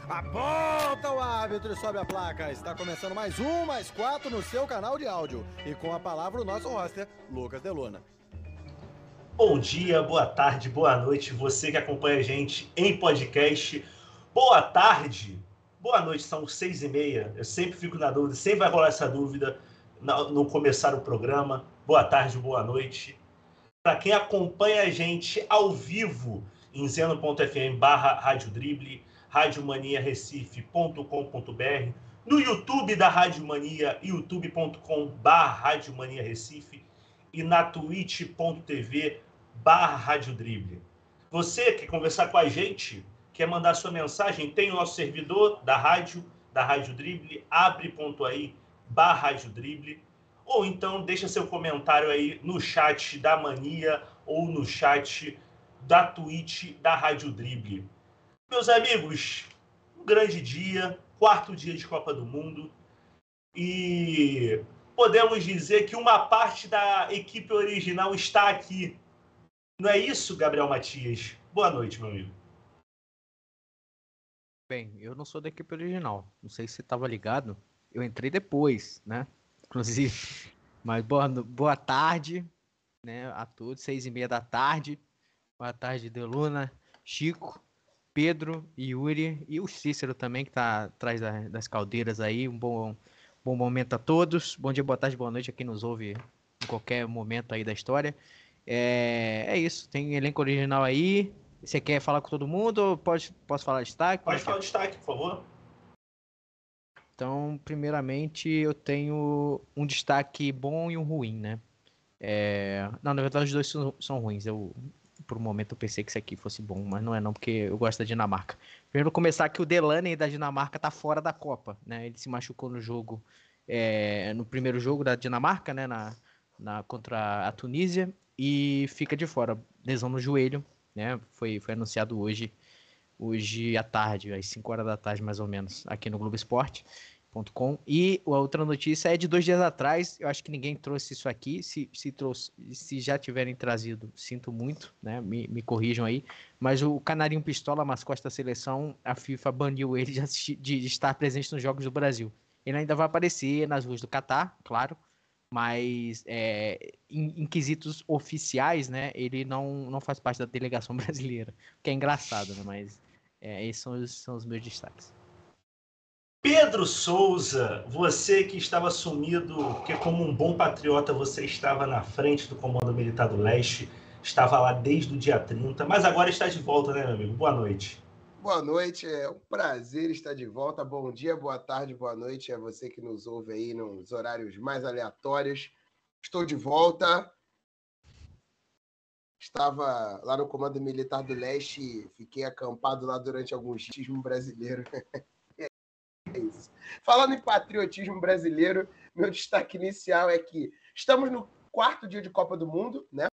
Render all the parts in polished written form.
Aponta o árbitro e sobe a placa. Está começando mais um, mais 4 no seu canal de áudio. E com a palavra o nosso roster, Lucas Deluna. Bom dia, boa tarde, boa noite, você que acompanha a gente em podcast. Boa tarde, boa noite, são 6h30. Eu sempre fico na dúvida, sempre vai rolar essa dúvida no começar o programa. Boa tarde, boa noite. Para quem acompanha a gente ao vivo em zeno.fm/Rádio Drible, radiomaniarecife.com.br, no YouTube da Rádio Mania, youtube.com/Rádio Mania Recife e na twitch.tv/Rádio Drible. Você quer conversar com a gente, quer mandar sua mensagem, tem o nosso servidor da Rádio Drible, abre.aí/Rádio Drible. Ou então deixa seu comentário aí no chat da Mania ou no chat da Twitch da Rádio Drible. Meus amigos, um grande dia, 4º dia de Copa do Mundo. E podemos dizer que uma parte da equipe original está aqui. Não é isso, Gabriel Matias? Boa noite, meu amigo. Bem, eu não sou da equipe original. Não sei se você estava ligado. Eu entrei depois, né? Inclusive. Mas boa tarde, né, a todos, 6h30 da tarde. Boa tarde, Deluna, Chico, Pedro, Yuri e o Cícero também, que está atrás das caldeiras aí. Um bom momento a todos. Bom dia, boa tarde, boa noite a quem nos ouve em qualquer momento aí da história. É isso, tem elenco original aí. Você quer falar com todo mundo ou posso falar destaque? Pode falar destaque, por favor. Então, primeiramente, eu tenho um destaque bom e um ruim, né? Não, na verdade, os dois são ruins. Por um momento, eu pensei que isso aqui fosse bom, mas não é não, porque eu gosto da Dinamarca. Primeiro, começar que o Delaney da Dinamarca tá fora da Copa, né? Ele se machucou no jogo, no primeiro jogo da Dinamarca, né? Contra a Tunísia, e fica de fora. Lesão no joelho, né? Foi anunciado hoje à tarde, às 5 horas da tarde, mais ou menos, aqui no Globoesporte.com. E a outra notícia é de 2 dias atrás. Eu acho que ninguém trouxe isso aqui. Se já tiverem trazido, sinto muito, né? Me corrijam aí. Mas o Canarinho Pistola, mascote da seleção, a FIFA baniu ele de estar presente nos Jogos do Brasil. Ele ainda vai aparecer nas ruas do Catar, claro, mas em quesitos oficiais, né? Ele não faz parte da delegação brasileira, o que é engraçado, né? Mas esses são os meus destaques. Pedro Souza, você que estava sumido, porque como um bom patriota você estava na frente do Comando Militar do Leste, estava lá desde o dia 30, mas agora está de volta, né, meu amigo? Boa noite. Boa noite, é um prazer estar de volta. Bom dia, boa tarde, boa noite a você que nos ouve aí nos horários mais aleatórios. Estou de volta. Estava lá no Comando Militar do Leste, fiquei acampado lá durante alguns dias brasileiro. É isso. Falando em patriotismo brasileiro, meu destaque inicial é que estamos no 4º dia de Copa do Mundo, né?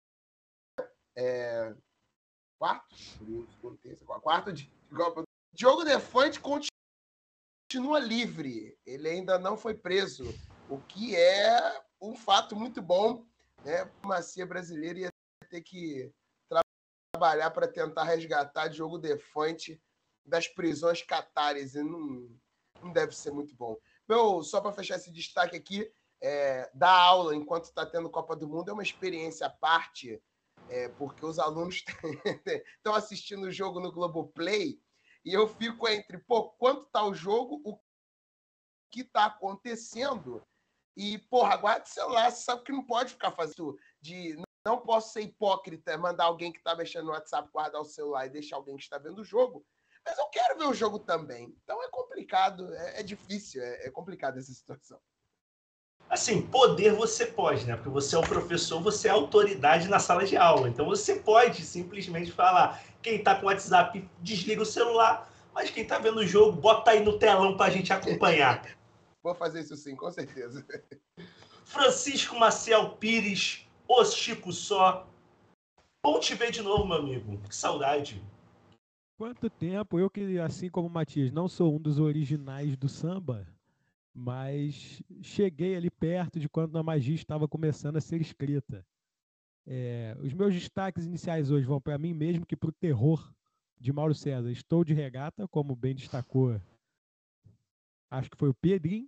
Quarto dia de Copa do Mundo. Diogo Defante continua livre. Ele ainda não foi preso, o que é um fato muito bom, né? A diplomacia brasileira ia ter que trabalhar para tentar resgatar Diogo Defante das prisões catares, e não deve ser muito bom. Só para fechar esse destaque aqui, dar aula enquanto está tendo Copa do Mundo é uma experiência à parte, porque os alunos estão assistindo o jogo no Globoplay e eu fico entre, quanto está o jogo, o que está acontecendo e, guarda o celular, você sabe que não pode ficar fazendo de... Não posso ser hipócrita, mandar alguém que está mexendo no WhatsApp guardar o celular e deixar alguém que está vendo o jogo, mas eu quero ver o jogo também. Então é complicado, é difícil, é complicado essa situação. Assim, poder você pode, né? Porque você é o professor, você é a autoridade na sala de aula. Então você pode simplesmente falar, quem tá com o WhatsApp desliga o celular, mas quem tá vendo o jogo, bota aí no telão pra gente acompanhar. Vou fazer isso sim, com certeza. Francisco Maciel Pires, o Chico Só. Bom te ver de novo, meu amigo. Que saudade. Quanto tempo, eu que, assim como o Matias, não sou um dos originais do samba, mas cheguei ali perto de quando a magia estava começando a ser escrita. Os meus destaques iniciais hoje vão para mim mesmo que para o terror de Mauro César, estou de regata, como bem destacou, acho que foi o Pedrinho.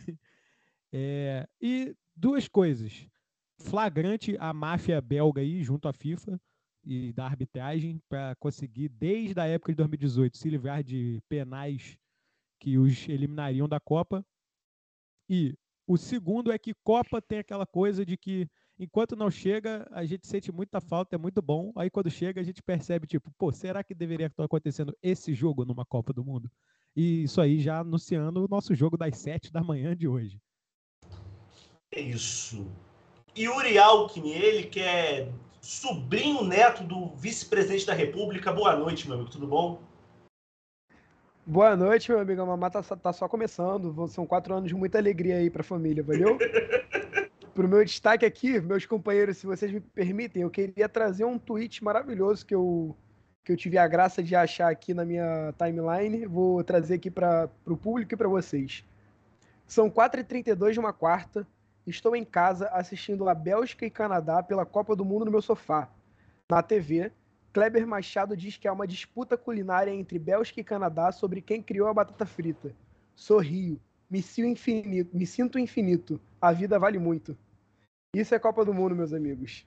E duas coisas. Flagrante a máfia belga aí, junto à FIFA e da arbitragem, para conseguir, desde a época de 2018, se livrar de penais que os eliminariam da Copa. E o segundo é que Copa tem aquela coisa de que enquanto não chega, a gente sente muita falta, é muito bom. Aí quando chega, a gente percebe, tipo, pô, será que deveria estar acontecendo esse jogo numa Copa do Mundo? E isso aí já anunciando o nosso jogo das 7 da manhã de hoje. É isso. Yuri Alckmin, ele que é sobrinho neto do vice-presidente da República. Boa noite, meu amigo, tudo bom? Boa noite, meu amigo. A mamá tá só começando. São 4 anos de muita alegria aí pra família, valeu? Pro meu destaque aqui, meus companheiros, se vocês me permitem, eu queria trazer um tweet maravilhoso que eu tive a graça de achar aqui na minha timeline. Vou trazer aqui pro público e para vocês. São 4h32 de uma quarta. Estou em casa assistindo a Bélgica e Canadá pela Copa do Mundo no meu sofá. Na TV, Kleber Machado diz que há uma disputa culinária entre Bélgica e Canadá sobre quem criou a batata frita. Sorrio. Me sinto infinito. A vida vale muito. Isso é Copa do Mundo, meus amigos.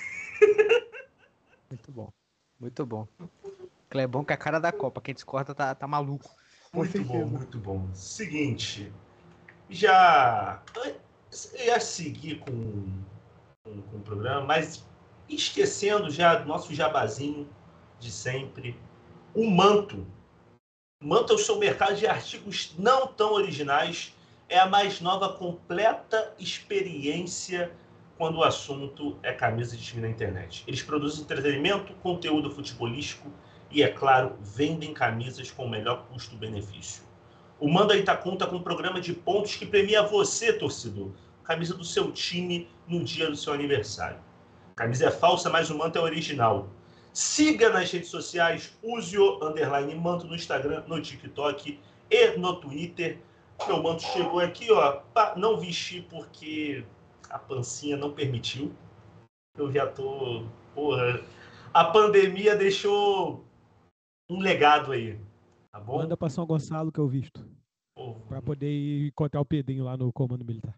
Muito bom. Muito bom. Clebão que é a cara da Copa. Quem discorda tá maluco. Muito bom, muito bom. Seguinte, já eu ia seguir com o programa, mas esquecendo já do nosso jabazinho de sempre, o Manto. O Manto é o seu mercado de artigos não tão originais, é a mais nova completa experiência quando o assunto é camisa de time na internet. Eles produzem entretenimento, conteúdo futebolístico e, é claro, vendem camisas com o melhor custo-benefício. O Manda Ita conta com um programa de pontos que premia você, torcedor. Camisa do seu time no dia do seu aniversário. A camisa é falsa, mas o manto é original. Siga nas redes sociais, use o _manto no Instagram, no TikTok e no Twitter. Meu manto chegou aqui, ó. Não vesti porque a pancinha não permitiu. Eu já tô... Porra. A pandemia deixou um legado aí. Tá bom? Manda pra São Gonçalo que eu visto. Pra poder ir encontrar o Pedrinho lá no Comando Militar.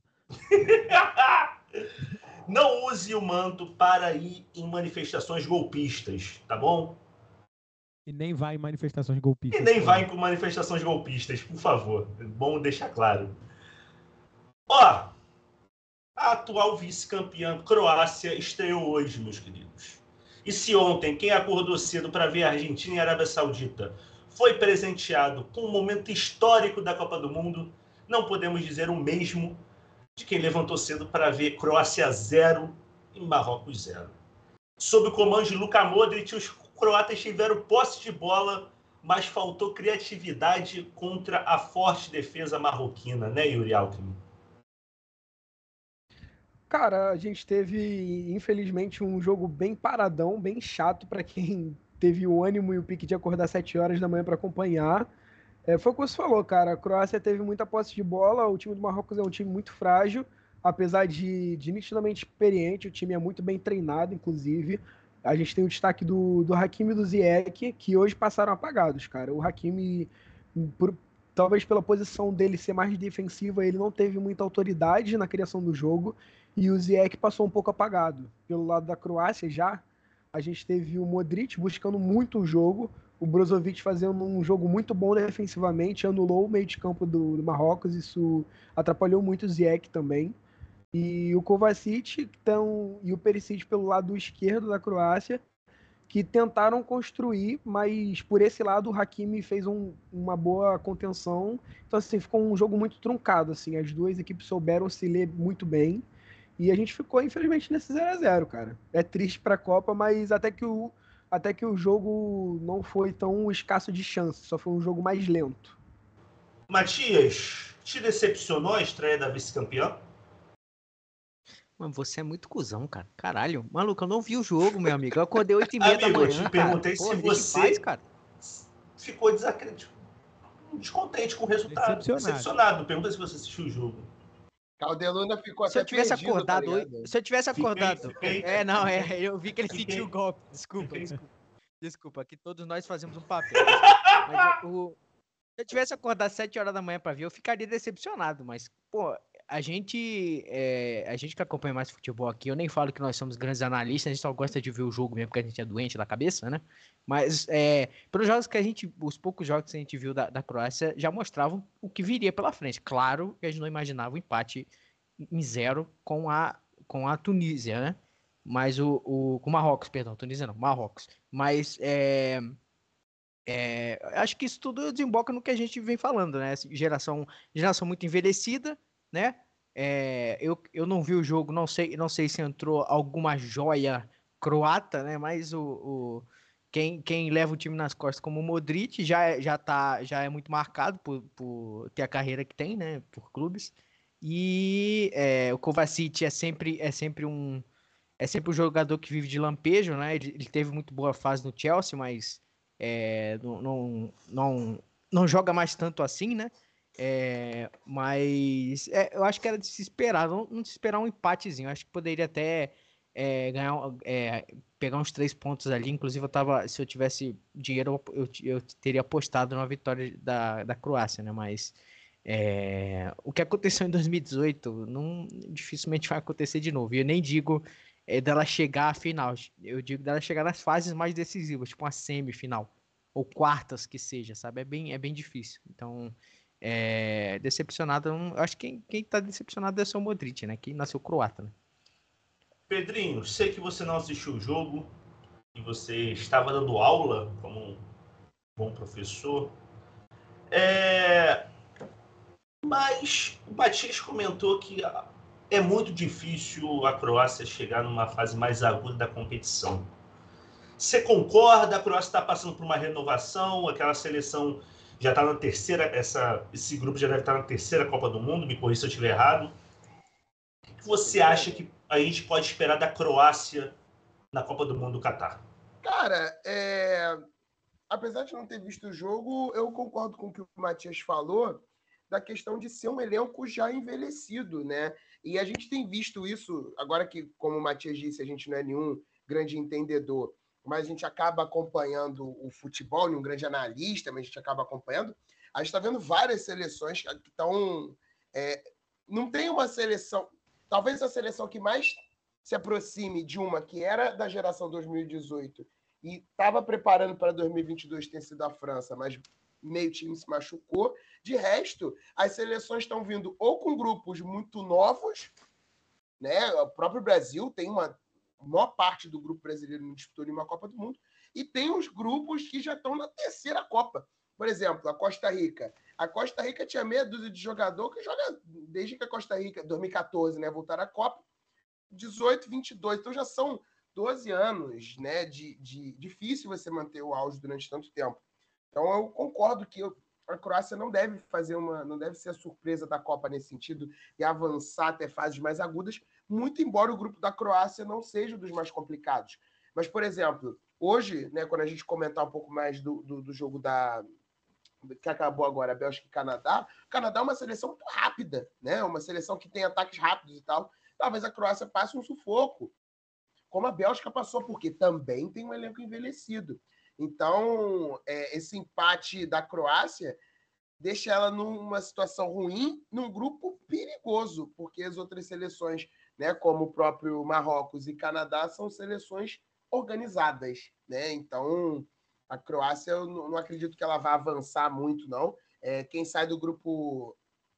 Não use o manto para ir em manifestações golpistas, tá bom? E nem vai em manifestações golpistas. E nem vai em manifestações golpistas, por favor. É bom deixar claro. Ó, a atual vice-campeã Croácia estreou hoje, meus queridos. E se ontem quem acordou cedo para ver a Argentina e a Arábia Saudita foi presenteado com um momento histórico da Copa do Mundo, não podemos dizer o mesmo de quem levantou cedo para ver Croácia 0 e Marrocos 0. Sob o comando de Luka Modric, os croatas tiveram posse de bola, mas faltou criatividade contra a forte defesa marroquina, né, Yuri Alckmin? Cara, a gente teve, infelizmente, um jogo bem paradão, bem chato para quem teve o ânimo e o pique de acordar 7 horas da manhã para acompanhar. Foi o que você falou, cara. A Croácia teve muita posse de bola, o time do Marrocos é um time muito frágil, apesar de nitidamente experiente, o time é muito bem treinado, inclusive. A gente tem o destaque do Hakimi e do Ziyech, que hoje passaram apagados, cara. O Hakimi, talvez pela posição dele ser mais defensiva, ele não teve muita autoridade na criação do jogo, e o Ziyech passou um pouco apagado. Pelo lado da Croácia já, a gente teve o Modric buscando muito o jogo, o Brozovic fazendo um jogo muito bom defensivamente, anulou o meio de campo do Marrocos, isso atrapalhou muito o Ziyech também. E o Kovacic e o Perisic pelo lado esquerdo da Croácia, que tentaram construir, mas por esse lado o Hakimi fez uma boa contenção. Então, assim, ficou um jogo muito truncado. Assim, as duas equipes souberam se ler muito bem. E a gente ficou, infelizmente, nesse 0x0, cara. É triste para a Copa, mas até que o jogo não foi tão escasso de chance, só foi um jogo mais lento. Matias, te decepcionou a estreia da vice-campeã? Mano, você é muito cuzão, cara. Caralho. Maluco, eu não vi o jogo, meu amigo. Eu acordei 8h30 da manhã, eu te perguntei cara. se você ficou descontente com o resultado. Decepcionado. Pergunta se você assistiu o jogo. Caldeluna ficou se até eu tivesse perdido, acordado, tá ligado? Se eu tivesse acordado... Fiquei. eu vi que ele sentiu o golpe. Desculpa. Desculpa, aqui todos nós fazemos um papel. Mas se eu tivesse acordado às 7 horas da manhã pra ver, eu ficaria decepcionado. Mas, pô, a gente que acompanha mais futebol aqui, eu nem falo que nós somos grandes analistas, a gente só gosta de ver o jogo mesmo porque a gente é doente da cabeça, né? Mas, pelos jogos os poucos jogos que a gente viu da Croácia já mostravam o que viria pela frente. Claro que a gente não imaginava o empate em 0 com a Tunísia, né? Mas com o Marrocos, perdão, Tunísia não, Marrocos. Mas acho que isso tudo desemboca no que a gente vem falando, né? Geração muito envelhecida, né? Eu não vi o jogo, não sei se entrou alguma joia croata, né? Mas quem leva o time nas costas como o Modric já é muito marcado por ter a carreira que tem, né? Por clubes. E o Kovacic é sempre um jogador que vive de lampejo, né? Ele teve muito boa fase no Chelsea, mas não joga mais tanto assim, né? Mas eu acho que era de se esperar, não se esperar um empatezinho. Acho que poderia até pegar uns 3 pontos ali. Inclusive, se eu tivesse dinheiro, eu teria apostado na vitória da Croácia, né? Mas o que aconteceu em 2018 dificilmente vai acontecer de novo. E eu nem digo dela chegar à final. Eu digo dela chegar nas fases mais decisivas, tipo uma semifinal. Ou quartas que seja, sabe? É bem difícil. Então, decepcionado. Eu acho que quem tá decepcionado é só o Modric, né? Que nasceu croata, né? Pedrinho, sei que você não assistiu o jogo e você estava dando aula como um bom professor. Mas o Matias comentou que é muito difícil a Croácia chegar numa fase mais aguda da competição. Você concorda? A Croácia está passando por uma renovação, aquela seleção já está na terceira, esse grupo já deve estar na terceira Copa do Mundo, me corrija se eu estiver errado. O que você acha que a gente pode esperar da Croácia na Copa do Mundo do Catar? Cara, apesar de não ter visto o jogo, eu concordo com o que o Matias falou da questão de ser um elenco já envelhecido, né? E a gente tem visto isso, agora que, como o Matias disse, a gente não é nenhum grande entendedor, mas a gente acaba acompanhando o futebol, um grande analista, mas a gente acaba acompanhando. A gente está vendo várias seleções que estão. Não tem uma seleção. Talvez a seleção que mais se aproxime de uma que era da geração 2018 e estava preparando para 2022 ter sido a França, mas meio time se machucou. De resto, as seleções estão vindo ou com grupos muito novos, né? O próprio Brasil tem a maior parte do grupo brasileiro não disputou nenhuma Copa do Mundo, e tem os grupos que já estão na terceira Copa. Por exemplo, a Costa Rica. A Costa Rica tinha meia dúzia de jogador que joga desde que a Costa Rica, 2014, né, voltaram à Copa, 18, 22. Então já são 12 anos, né, de difícil você manter o auge durante tanto tempo. Então eu concordo que a Croácia não deve ser a surpresa da Copa nesse sentido e avançar até fases mais agudas, muito embora o grupo da Croácia não seja um dos mais complicados. Mas, por exemplo, hoje, né, quando a gente comentar um pouco mais do jogo que acabou agora, Bélgica e Canadá, o Canadá é uma seleção muito rápida, né? Uma seleção que tem ataques rápidos e tal. Talvez a Croácia passe um sufoco, como a Bélgica passou, porque também tem um elenco envelhecido. Então, esse empate da Croácia deixa ela numa situação ruim, num grupo perigoso, porque as outras seleções, né, como o próprio Marrocos e Canadá, são seleções organizadas, né? Então, a Croácia, eu não acredito que ela vá avançar muito, não. Quem sai do grupo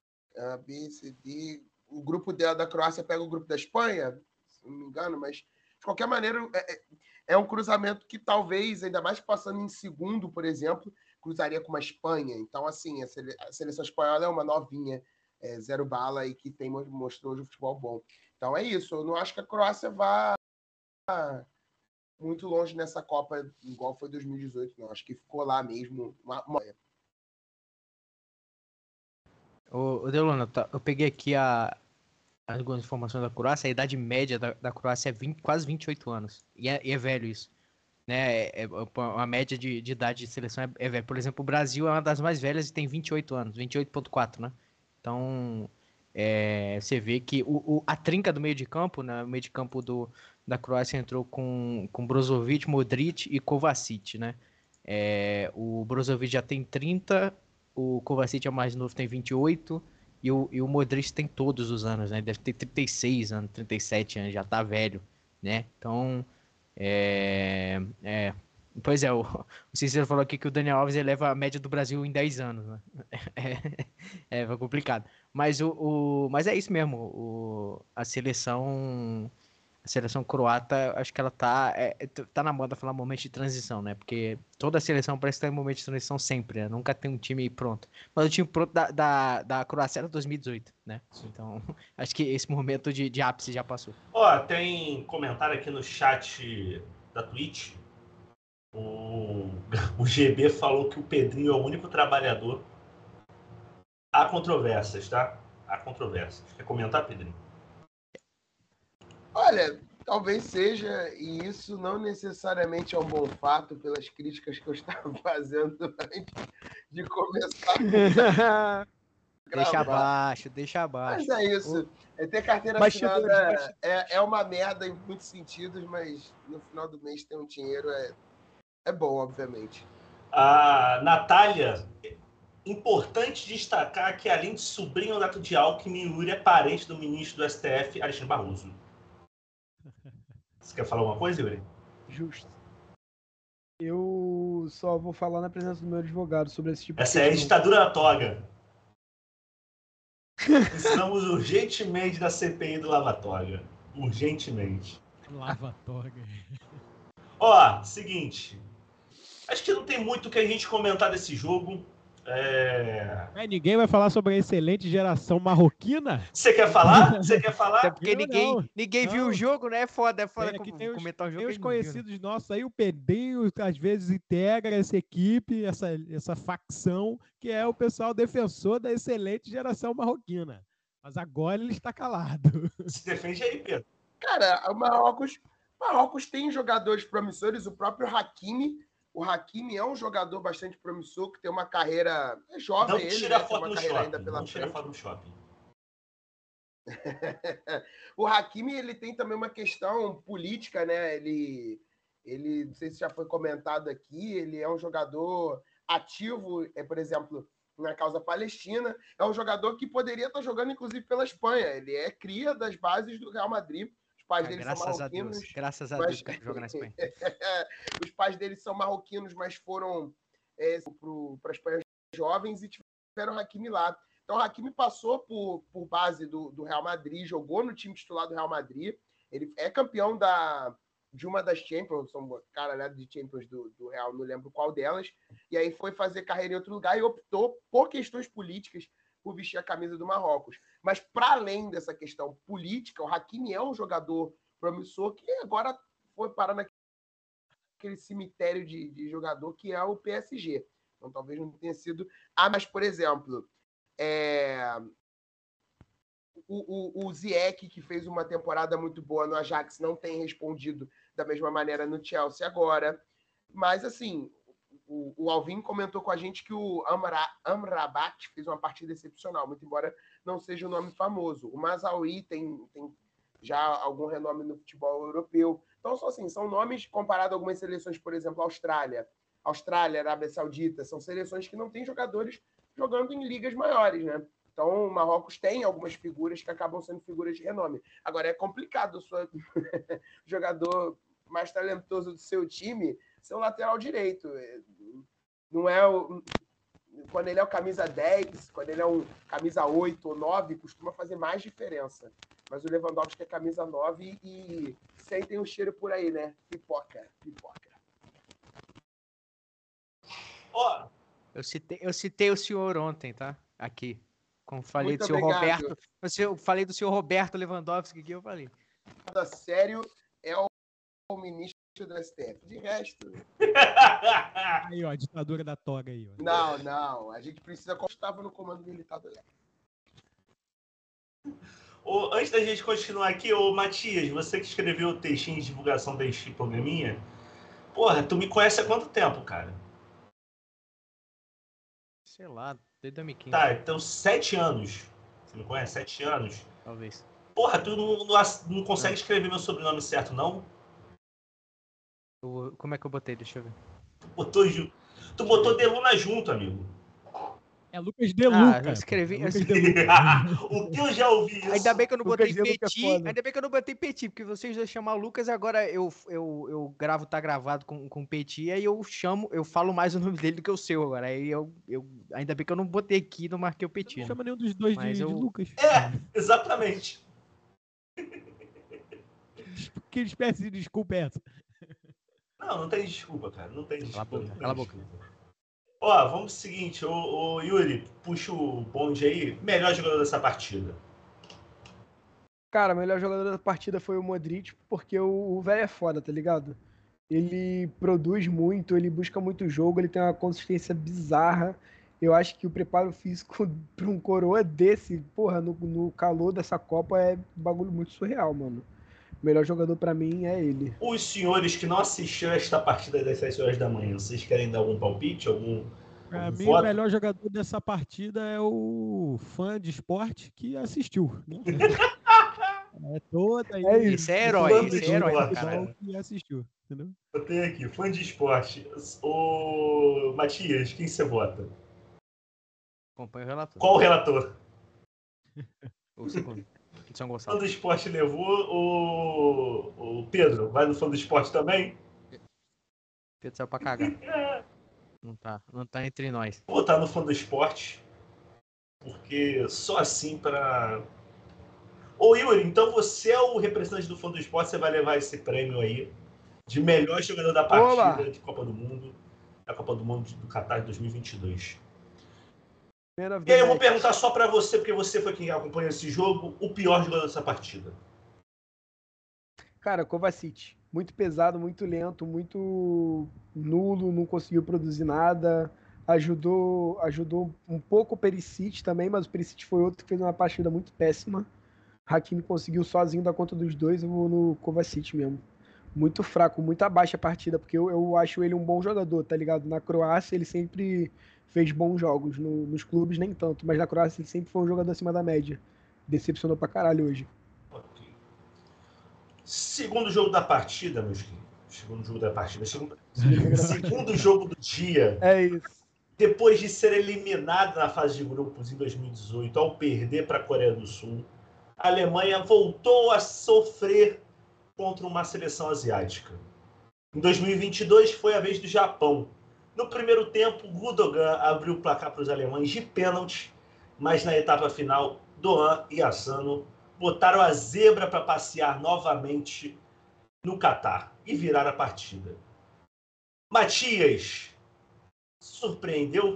B, C, D, o grupo da Croácia pega o grupo da Espanha, se não me engano, mas de qualquer maneira é um cruzamento que talvez, ainda mais passando em segundo, por exemplo, cruzaria com uma Espanha. Então, assim, a seleção espanhola é uma novinha, zero bala e que mostrou hoje um futebol bom. Então é isso, eu não acho que a Croácia vá muito longe nessa Copa, igual foi 2018, não. Acho que ficou lá mesmo. Ô Delona, eu peguei aqui algumas informações da Croácia. A idade média da Croácia é quase 28 anos. E é velho isso. Né? A média de idade de seleção é velho. Por exemplo, o Brasil é uma das mais velhas e tem 28 anos, 28,4, né? Então, você vê que a trinca do meio de campo, né? O meio de campo da Croácia entrou com Brozovic, Modric e Kovacic, né? O Brozovic já tem 30, o Kovacic é o mais novo, tem 28, e o Modric tem todos os anos, né? Deve ter 36 anos, 37 anos, já tá velho, né? Então, pois é, o Cícero falou aqui que o Daniel Alves eleva a média do Brasil em 10 anos, né? Foi complicado. Mas é isso mesmo, a seleção croata, acho que ela tá na moda falar momento de transição, né? Porque toda a seleção parece estar em momento de transição sempre, né? Nunca tem um time pronto. Mas o time pronto da Croácia era 2018, né? Então, acho que esse momento de ápice já passou. Ó, tem comentário aqui no chat da Twitch. O GB falou que o Pedrinho é o único trabalhador. Há controvérsias, tá? Há controvérsias. Quer comentar, Pedrinho? Olha, talvez seja, e isso não necessariamente é um bom fato pelas críticas que eu estava fazendo antes de começar. Deixa abaixo. Mas é isso. Ter carteira Bastidores, assinada é uma merda em muitos sentidos, mas no final do mês ter um dinheiro é bom, obviamente. A Natália, importante destacar que, além de sobrinho neto de Alckmin, Yuri é parente do ministro do STF, Alexandre Barroso. Você quer falar alguma coisa, Yuri? Justo. Eu só vou falar na presença do meu advogado sobre esse tipo de Essa é a questão. ditadura da toga. Precisamos urgentemente da CPI do Lava Toga. Urgentemente. Lava toga. Ó, seguinte. Acho que não tem muito o que a gente comentar desse jogo. Ninguém vai falar sobre a excelente geração marroquina? Você quer falar? Você quer Até falar? porque ninguém viu Não. o jogo, né? É foda Aqui tem comentar o jogo. tem os conhecidos nossos aí, o Pedrinho às vezes integra essa equipe, essa facção, que é o pessoal defensor da excelente geração marroquina. Mas agora ele está calado. Se defende aí, Pedro. Cara, o Marrocos tem jogadores promissores, o próprio Hakimi. O Hakimi é um jogador bastante promissor, que tem uma carreira jovem. Não tira né? foto no shopping. Não tira foto no shopping. O Hakimi, ele tem também uma questão política, né? Ele, não sei se já foi comentado aqui, ele é um jogador ativo, por exemplo, na causa palestina. É um jogador que poderia estar jogando, inclusive, pela Espanha. Ele é cria das bases do Real Madrid. Os pais dele são marroquinos. Graças a Deus que joga na Espanha. Os pais dele são marroquinos, mas foram para a Espanha jovens e tiveram o Hakimi lá. Então, o Hakimi passou por base do Real Madrid, jogou no time titular do Real Madrid. Ele é campeão de uma das Champions, são caralhada de Champions do Real, não lembro qual delas. E aí foi fazer carreira em outro lugar e optou, por questões políticas, por vestir a camisa do Marrocos. Mas, para além dessa questão política, o Hakimi é um jogador promissor que agora foi parar naquele cemitério de jogador que é o PSG. Então, talvez não tenha sido... mas, por exemplo... O Ziyech, que fez uma temporada muito boa no Ajax, não tem respondido da mesma maneira no Chelsea agora. Mas, assim, o Alvin comentou com a gente que o Amrabat fez uma partida excepcional, muito embora não seja um nome famoso. O Mazraoui tem já algum renome no futebol europeu. Então, são nomes comparados a algumas seleções, por exemplo, Austrália, Arábia Saudita, são seleções que não têm jogadores jogando em ligas maiores, né? Então, o Marrocos tem algumas figuras que acabam sendo figuras de renome. Agora, é complicado o jogador mais talentoso do seu time ser o lateral direito. Não é quando ele é o camisa 10, quando ele é um camisa 8 ou 9, costuma fazer mais diferença. Mas o Lewandowski é camisa 9 e sentem o cheiro por aí, né? Pipoca. Ó, Eu citei o senhor ontem, tá? Aqui. Como falei do senhor obrigado. Roberto. Eu falei do senhor Roberto Lewandowski que eu falei. Nada sério é o ministro do STF. De resto... Aí, ó, a ditadura da toga aí, ó. Não. A gente precisa constar no comando militar do Leste. Antes da gente continuar aqui, Matias, você que escreveu o textinho de divulgação deste programinha, porra, tu me conhece há quanto tempo, cara? Sei lá, desde 2015. Tá, então 7 anos. Você me conhece? 7 anos? Talvez. Porra, tu não consegue escrever meu sobrenome certo, não? Como é que eu botei? Deixa eu ver. Tu botou Deluna junto, amigo. É Lucas De Luca. Eu escrevi. É Lucas De Luca. O que eu já ouvi isso? Ainda bem que eu não Lucas botei De Luca é Petit. foda. Ainda bem que eu não botei Petit, porque vocês dois chamam Lucas, agora eu gravo, tá gravado com Petit, aí eu falo mais o nome dele do que o seu agora. Aí ainda bem que eu não botei aqui e não marquei o Petit. Não Né? chama nenhum dos dois Mas de eu- Lucas. Exatamente. Que espécie de desculpa é essa? Não tem desculpa, cara. Não tem desculpa. boca, não tem cala a boca. desculpa. Ó, vamos pro seguinte. Ô, Yuri, puxa o bonde aí. Melhor jogador dessa partida. Cara, o melhor jogador da partida foi o Modric, porque o velho é foda, tá ligado? Ele produz muito, ele busca muito jogo, ele tem uma consistência bizarra. Eu acho que o preparo físico para um coroa desse, porra, no calor dessa Copa é um bagulho muito surreal, mano. O melhor jogador pra mim é ele. Os senhores que não assistiram esta partida das 7 horas da manhã, vocês querem dar algum palpite? Pra algum mim, voto? o melhor jogador dessa partida é o fã de esporte que assistiu. Né? É toda aí. É isso. Esse é herói, esse é herói, cara. Que assistiu, entendeu? Eu tenho aqui, fã de esporte. Ô, Matias, quem você vota? Acompanha o relator. Qual o relator? O segundo. De São O fã Gonçalo. do esporte levou o Pedro. Vai no fã do esporte também? Pedro saiu pra cagar. Não tá entre nós. Vou votar no fã do esporte. Porque só assim pra... Ô, Yuri, então você é o representante do fã do esporte, você vai levar esse prêmio aí de melhor jogador da partida Oba! de Copa do Mundo, da Copa do Mundo do Qatar de 2022. E aí eu vou perguntar só pra você, porque você foi quem acompanha esse jogo, o pior jogador dessa partida. Cara, Kovacic. Muito pesado, muito lento, muito nulo, não conseguiu produzir nada. Ajudou um pouco o Perisic também, mas o Perisic foi outro que fez uma partida muito péssima. Hakimi conseguiu sozinho dar conta dos dois, eu vou no Kovacic mesmo. Muito fraco, muito abaixo a partida, porque eu acho ele um bom jogador, tá ligado? Na Croácia ele sempre fez bons jogos, nos clubes nem tanto, mas na Croácia ele sempre foi um jogador acima da média. Decepcionou pra caralho hoje. Okay. Segundo jogo da partida, meus queridos. Segundo jogo da partida. Segundo jogo do dia. É isso. Depois de ser eliminado na fase de grupos em 2018, ao perder para a Coreia do Sul, a Alemanha voltou a sofrer contra uma seleção asiática. Em 2022 foi a vez do Japão. No primeiro tempo, Gundogan abriu o placar para os alemães de pênalti, mas na etapa final, Doan e Asano botaram a zebra para passear novamente no Catar e virar a partida. Matias, surpreendeu?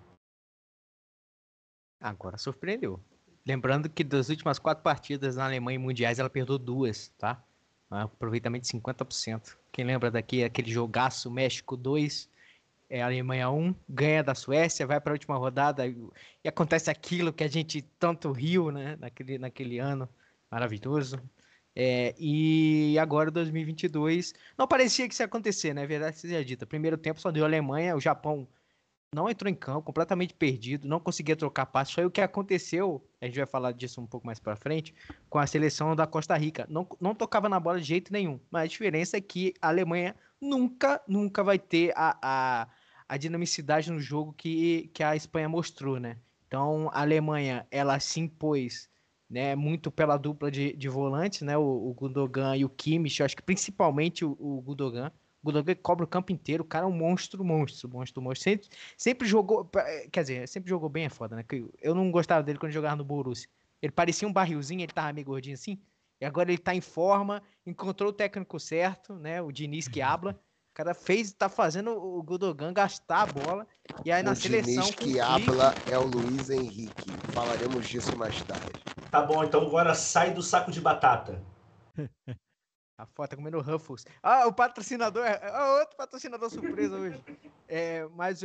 Agora surpreendeu. Lembrando que das últimas 4 partidas na Alemanha em mundiais, ela perdeu 2, tá? Um aproveitamento de 50%. Quem lembra daqui, aquele jogaço México 2, Alemanha 1, ganha da Suécia, vai para a última rodada e acontece aquilo que a gente tanto riu, né? Naquele ano maravilhoso. E agora, 2022, não parecia que isso ia acontecer, né? Verdade seja dita. Primeiro tempo só deu a Alemanha, o Japão não entrou em campo, completamente perdido, não conseguia trocar passe. Foi o que aconteceu, a gente vai falar disso um pouco mais pra frente, com a seleção da Costa Rica. Não tocava na bola de jeito nenhum, mas a diferença é que a Alemanha nunca vai ter a dinamicidade no jogo que a Espanha mostrou, né? Então, a Alemanha, ela se impôs, né, muito pela dupla de volantes, né? O Gundogan e o Kimmich, eu acho que principalmente o Gundogan. O Gundogan cobra o campo inteiro, o cara é um monstro. Sempre jogou, quer dizer, sempre jogou bem, é foda, né? Eu não gostava dele quando jogava no Borussia. Ele parecia um barrilzinho, ele tava meio gordinho assim, e agora ele tá em forma, encontrou o técnico certo, né? O Diniz que habla. O cara tá fazendo o Gundogan gastar a bola, e aí na seleção... O Diniz que habla é o Luiz Henrique. Falaremos disso mais tarde. Tá bom, então agora sai do saco de batata. A foto tá comendo Ruffles. O patrocinador outro patrocinador surpresa hoje. Mas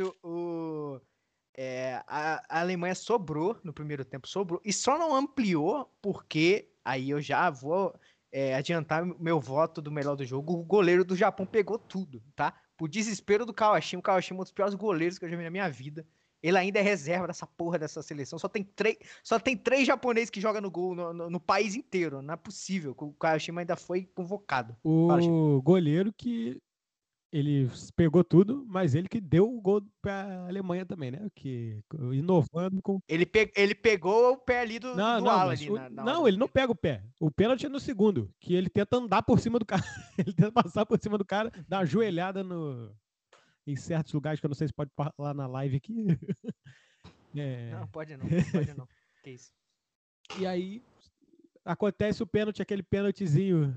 a Alemanha sobrou no primeiro tempo, e só não ampliou porque, aí eu já vou adiantar meu voto do melhor do jogo, o goleiro do Japão pegou tudo, tá? Por desespero do Kawashima, o Kawashima é um dos piores goleiros que eu já vi na minha vida. Ele ainda é reserva dessa porra dessa seleção. Só tem três japoneses que jogam no gol no país inteiro. Não é possível que o Kawashima ainda foi convocado. O goleiro que ele pegou tudo, mas ele que deu o gol pra Alemanha também, né? Que, inovando com... Ele pegou o pé ali do ala ali. Não, ele não pega o pé. O pênalti é no segundo, que ele tenta andar por cima do cara. Ele tenta passar por cima do cara, dar uma joelhada em certos lugares, que eu não sei se pode falar na live aqui. Não, pode não. Que isso? E aí, acontece o pênalti, aquele pênaltizinho.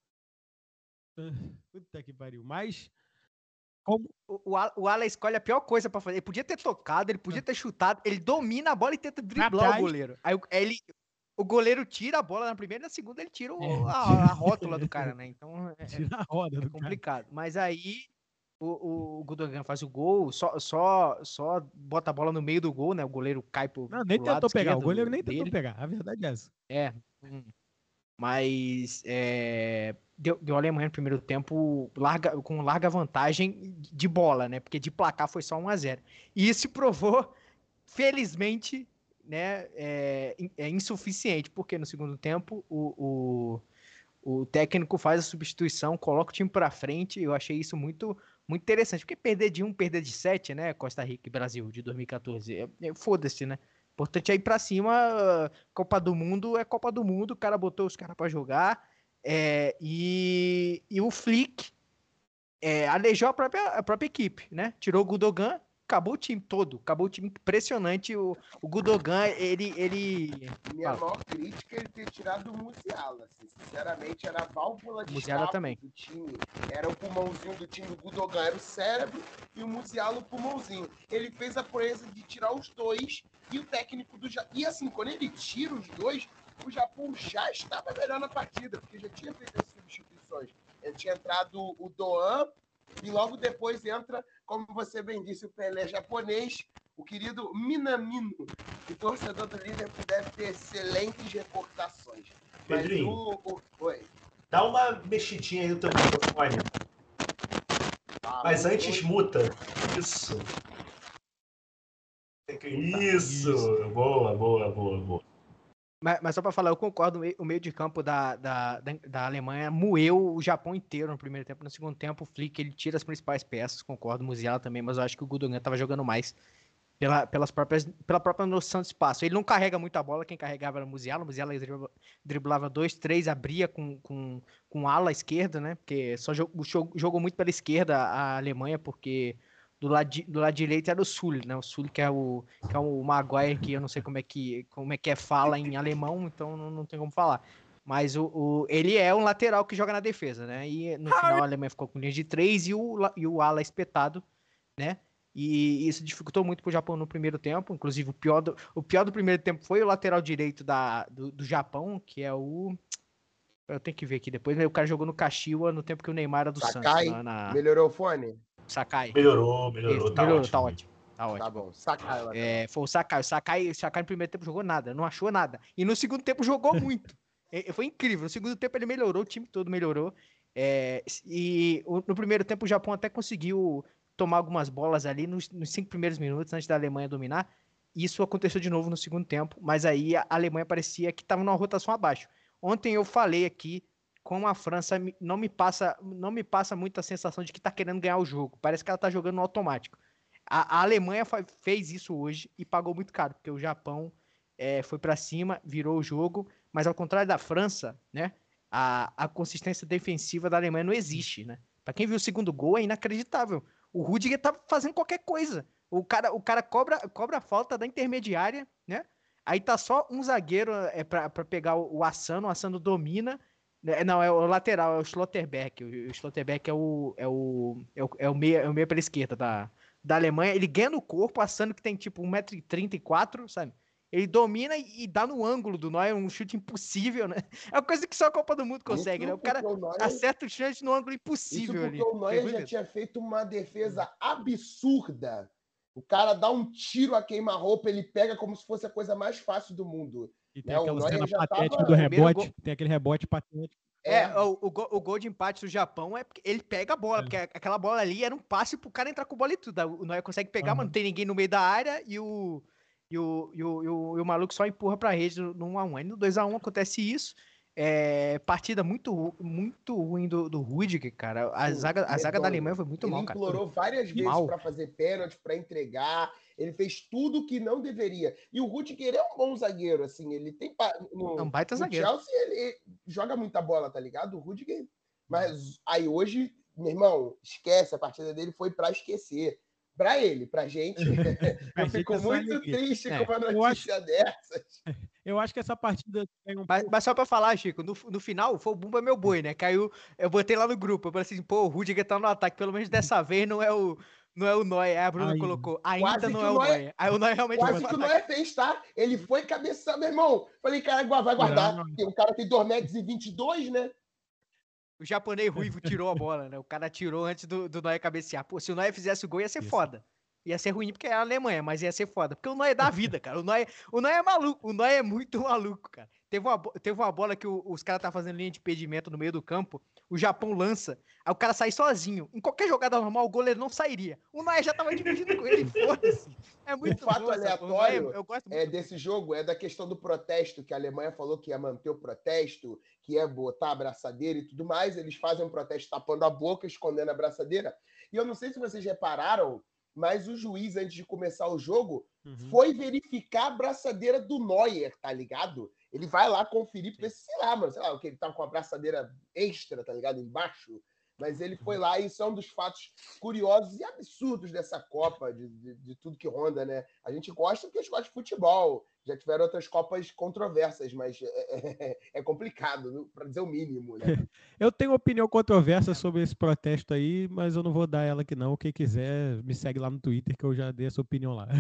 Puta que pariu. Mas... Como... O ala escolhe a pior coisa pra fazer. Ele podia ter tocado, ele podia ter chutado, ele domina a bola e tenta driblar o goleiro. Aí o goleiro tira a bola na primeira e na segunda ele tira a rótula do cara, né? Então tira a roda do complicado. Cara. Mas aí o Gundogan faz o gol, só bota a bola no meio do gol, né? O goleiro cai pro nem pro tentou pegar, o goleiro nem tentou pegar, a verdade é essa. Mas deu a Alemanha no primeiro tempo com larga vantagem de bola, né? Porque de placar foi só 1-0. E isso provou, felizmente, né, insuficiente, porque no segundo tempo o técnico faz a substituição, coloca o time pra frente. Eu achei isso muito, muito interessante, porque perder de 1, perder de 7, né? Costa Rica e Brasil de 2014, foda-se, né? O importante é ir pra cima. Copa do Mundo é Copa do Mundo. O cara botou os caras pra jogar. E o Flick aleijou a própria equipe, né? Tirou o Gundogan, acabou o time todo. Acabou o time impressionante. O Gundogan, ele... Minha maior crítica é ele ter tirado o Musiala. Assim, sinceramente, era a válvula de escape do time. Era o pulmãozinho do time do Gundogan. Era o cérebro e o Musiala o pulmãozinho. Ele fez a proeza de tirar os dois e o técnico do Japão. E assim, quando ele tira os dois, o Japão já estava melhor na partida, porque já tinha feito as substituições. Ele tinha entrado o Doan e logo depois entra, como você bem disse, o Pelé japonês, o querido Minamino, que torcedor do Liverpool deve ter excelentes reportações. Pedrinho, Oi. Dá uma mexidinha aí no teu microfone. Mas antes muta. Isso. Isso. Boa. Mas só pra falar, eu concordo, o meio de campo da Alemanha moeu o Japão inteiro no primeiro tempo. No segundo tempo, o Flick, ele tira as principais peças, concordo, o Musiala também, mas eu acho que o Gundogan tava jogando mais pela própria noção de espaço. Ele não carrega muito a bola, quem carregava era o Musiala driblava 2, 3, abria com ala esquerda, né? Porque só jogou muito pela esquerda a Alemanha, porque do lado direito era o Sul, né? O Sul que é o Maguire, que eu não sei como é que fala em alemão, então não tem como falar. Mas ele é um lateral que joga na defesa, né? E no final a Alemanha ficou com linha de 3 e o ala espetado, né? E isso dificultou muito pro Japão no primeiro tempo. Inclusive, o pior do primeiro tempo foi o lateral direito do Japão, que é o... Eu tenho que ver aqui depois. O cara jogou no Kashiwa no tempo que o Neymar era do Sakai, Santos. Melhorou o fone? Sakai. Melhorou. Tá ótimo. Tá ótimo. Tá bom, Sakai. Foi o Sakai. O Sakai no primeiro tempo jogou nada, não achou nada. E no segundo tempo jogou muito. Foi incrível. No segundo tempo ele melhorou, o time todo melhorou. No primeiro tempo o Japão até conseguiu tomar algumas bolas ali nos 5 primeiros minutos antes da Alemanha dominar. Isso aconteceu de novo no segundo tempo, mas aí a Alemanha parecia que estava numa rotação abaixo. Ontem eu falei aqui, como a França não me passa muito a sensação de que está querendo ganhar o jogo. Parece que ela está jogando no automático. A Alemanha fez isso hoje e pagou muito caro, porque o Japão foi para cima, virou o jogo, mas ao contrário da França, né, a consistência defensiva da Alemanha não existe, né? Para quem viu o segundo gol, é inacreditável. O Rudiger tá fazendo qualquer coisa. O cara cobra a falta da intermediária, né? Aí tá só um zagueiro para pegar o Assano. O Assano domina. Não, é o lateral, é o Schlotterbeck. O Schlotterbeck é o meia pela esquerda da Alemanha. Ele ganha no corpo, o Assano que tem tipo 1,34 m, sabe? Ele domina e dá no ângulo do Neuer, um chute impossível, né? É uma coisa que só a Copa do Mundo consegue, né? O cara acerta o chute no ângulo impossível ali. Isso porque o Neuer já tinha feito uma defesa absurda. O cara dá um tiro a queima-roupa, ele pega como se fosse a coisa mais fácil do mundo. E tem aquela cena patética do rebote, tem aquele rebote patético. O gol de empate do Japão é porque ele pega a bola, porque aquela bola ali era um passe pro cara entrar com a bola e tudo. O Neuer consegue pegar, mas não tem ninguém no meio da área e o maluco só empurra pra rede no 1x1. Aí no 2x1 acontece isso. Partida muito, muito ruim do Rüdiger, cara. A zaga da Alemanha foi muito mal, cara. Ele implorou várias vezes para fazer pênalti, para entregar. Ele fez tudo que não deveria. E o Rüdiger é um bom zagueiro, assim. Ele tem É um baita zagueiro. Chelsea, ele joga muita bola, tá ligado? O Rüdiger. Mas aí hoje, meu irmão, esquece. A partida dele foi para esquecer. Pra ele, pra gente, eu fico muito triste com uma notícia dessas. Eu acho que essa partida... Mas só pra falar, Chico, no final, foi o Bumba meu boi, né? Caiu, eu botei lá no grupo, eu falei assim, pô, o Rüdiger tá no ataque, pelo menos dessa vez não é o Neuer. Aí a Bruna colocou, ainda não é o Neuer. Aí o Neuer realmente quase que o Neuer fez, tá? Ele foi cabeça, meu irmão. Falei, cara, vai guardar. Não. O cara tem 2,22 m, né? O japonês ruivo tirou a bola, né? O cara tirou antes do Neuer cabecear. Pô, se o Neuer fizesse o gol, ia ser foda. Ia ser ruim porque é a Alemanha, mas ia ser foda. Porque o Neuer dá vida, cara. O Neuer é maluco. O Neuer é muito maluco, cara. Teve uma bola que os caras estavam fazendo linha de impedimento no meio do campo. O Japão lança. Aí o cara sai sozinho. Em qualquer jogada normal, o goleiro não sairia. O Neuer já tava dividindo com ele. Foda-se. É muito o fato aleatório desse jogo é da questão do protesto, que a Alemanha falou que ia manter o protesto, que ia botar a abraçadeira e tudo mais. Eles fazem um protesto tapando a boca, escondendo a abraçadeira. E eu não sei se vocês repararam, mas o juiz, antes de começar o jogo, foi verificar a abraçadeira do Neuer, tá ligado? Ele vai lá conferir, sei lá, o que ele tá com a abraçadeira extra, tá ligado? Embaixo. Mas ele foi lá e isso é um dos fatos curiosos e absurdos dessa Copa, de tudo que ronda, né? A gente gosta porque a gente gosta de futebol. Já tiveram outras Copas controversas, mas é complicado, para dizer o mínimo, né? Eu tenho opinião controversa sobre esse protesto aí, mas eu não vou dar ela aqui não. Quem quiser, me segue lá no Twitter que eu já dei essa opinião lá.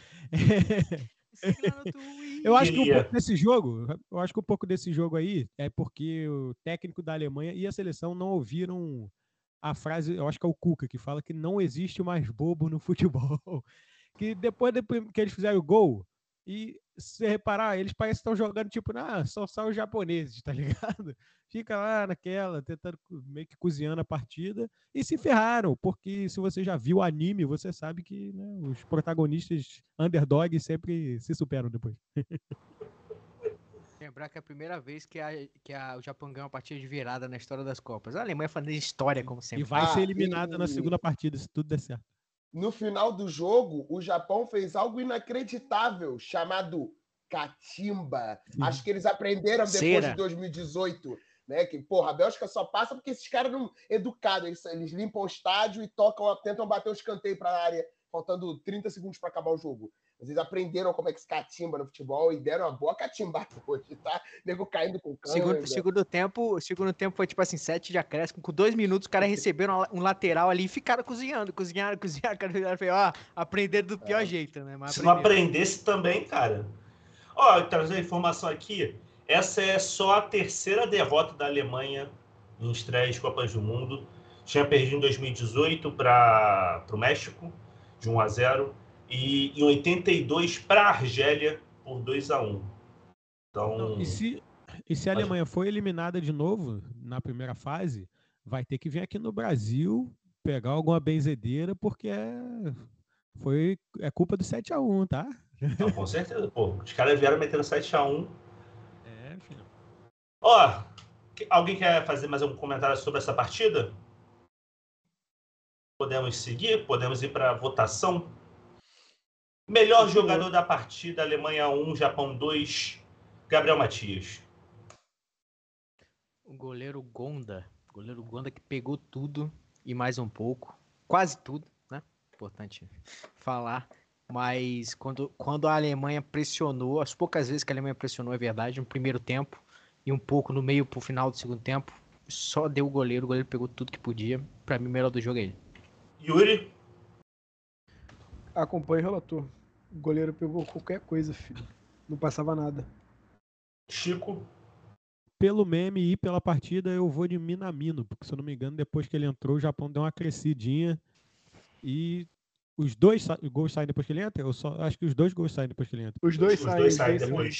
Eu acho que um pouco desse jogo aí é porque o técnico da Alemanha e a seleção não ouviram a frase, eu acho que é o Cuca, que fala que não existe mais bobo no futebol. Que depois que eles fizeram o gol, e se você reparar, eles parecem que estão jogando tipo, só os japoneses, tá ligado? Fica lá naquela, tentando meio que cozinhando a partida, e se ferraram, porque se você já viu o anime, você sabe que, né, os protagonistas underdogs sempre se superam depois. Lembrar que é a primeira vez que o Japão ganhou uma partida de virada na história das Copas. A Alemanha fazendo história, como sempre. E vai ser eliminada na segunda partida, se tudo der certo. No final do jogo, o Japão fez algo inacreditável, chamado catimba. Acho que eles aprenderam depois de 2018, né? Que, porra, a Bélgica só passa porque esses caras não educados, eles limpam o estádio e tentam bater o escanteio para a área, faltando 30 segundos para acabar o jogo. Eles aprenderam como é que se catimba no futebol e deram uma boa catimbada hoje, tá? Nego caindo com cãibra. Segundo tempo foi tipo assim, 7 de acréscimo. Com 2 minutos, os caras receberam um lateral ali e ficaram cozinharam. Cara, aprenderam do pior jeito, né? Mas se não aprendesse também, cara. Ó, trazer a informação aqui. Essa é só a terceira derrota da Alemanha em estreias de Copas do Mundo. Tinha perdido em 2018 para o México, de 1-0. E em 82 para a Argélia por 2-1. Então, e se a Alemanha for eliminada de novo na primeira fase, vai ter que vir aqui no Brasil pegar alguma benzedeira, porque é culpa do 7-1, tá? Não, com certeza. Pô, os caras vieram metendo 7-1. Filho. Ó, alguém quer fazer mais algum comentário sobre essa partida? Podemos seguir? Podemos ir para a votação? Melhor jogador da partida, Alemanha 1, Japão 2, Gabriel Matias. O goleiro Gonda que pegou tudo e mais um pouco, quase tudo, né? Importante falar, mas quando a Alemanha pressionou, as poucas vezes que a Alemanha pressionou, é verdade, no primeiro tempo e um pouco no meio pro final do segundo tempo, só deu o goleiro pegou tudo que podia. Pra mim, o melhor do jogo é ele. Yuri? Acompanha o relator. O goleiro pegou qualquer coisa, filho. Não passava nada. Chico? Pelo meme e pela partida, eu vou de Minamino, porque se eu não me engano, depois que ele entrou, o Japão deu uma crescidinha. E os dois gols saem depois que ele entra? Acho que os 2 gols saem depois que ele entra. Os dois saem depois.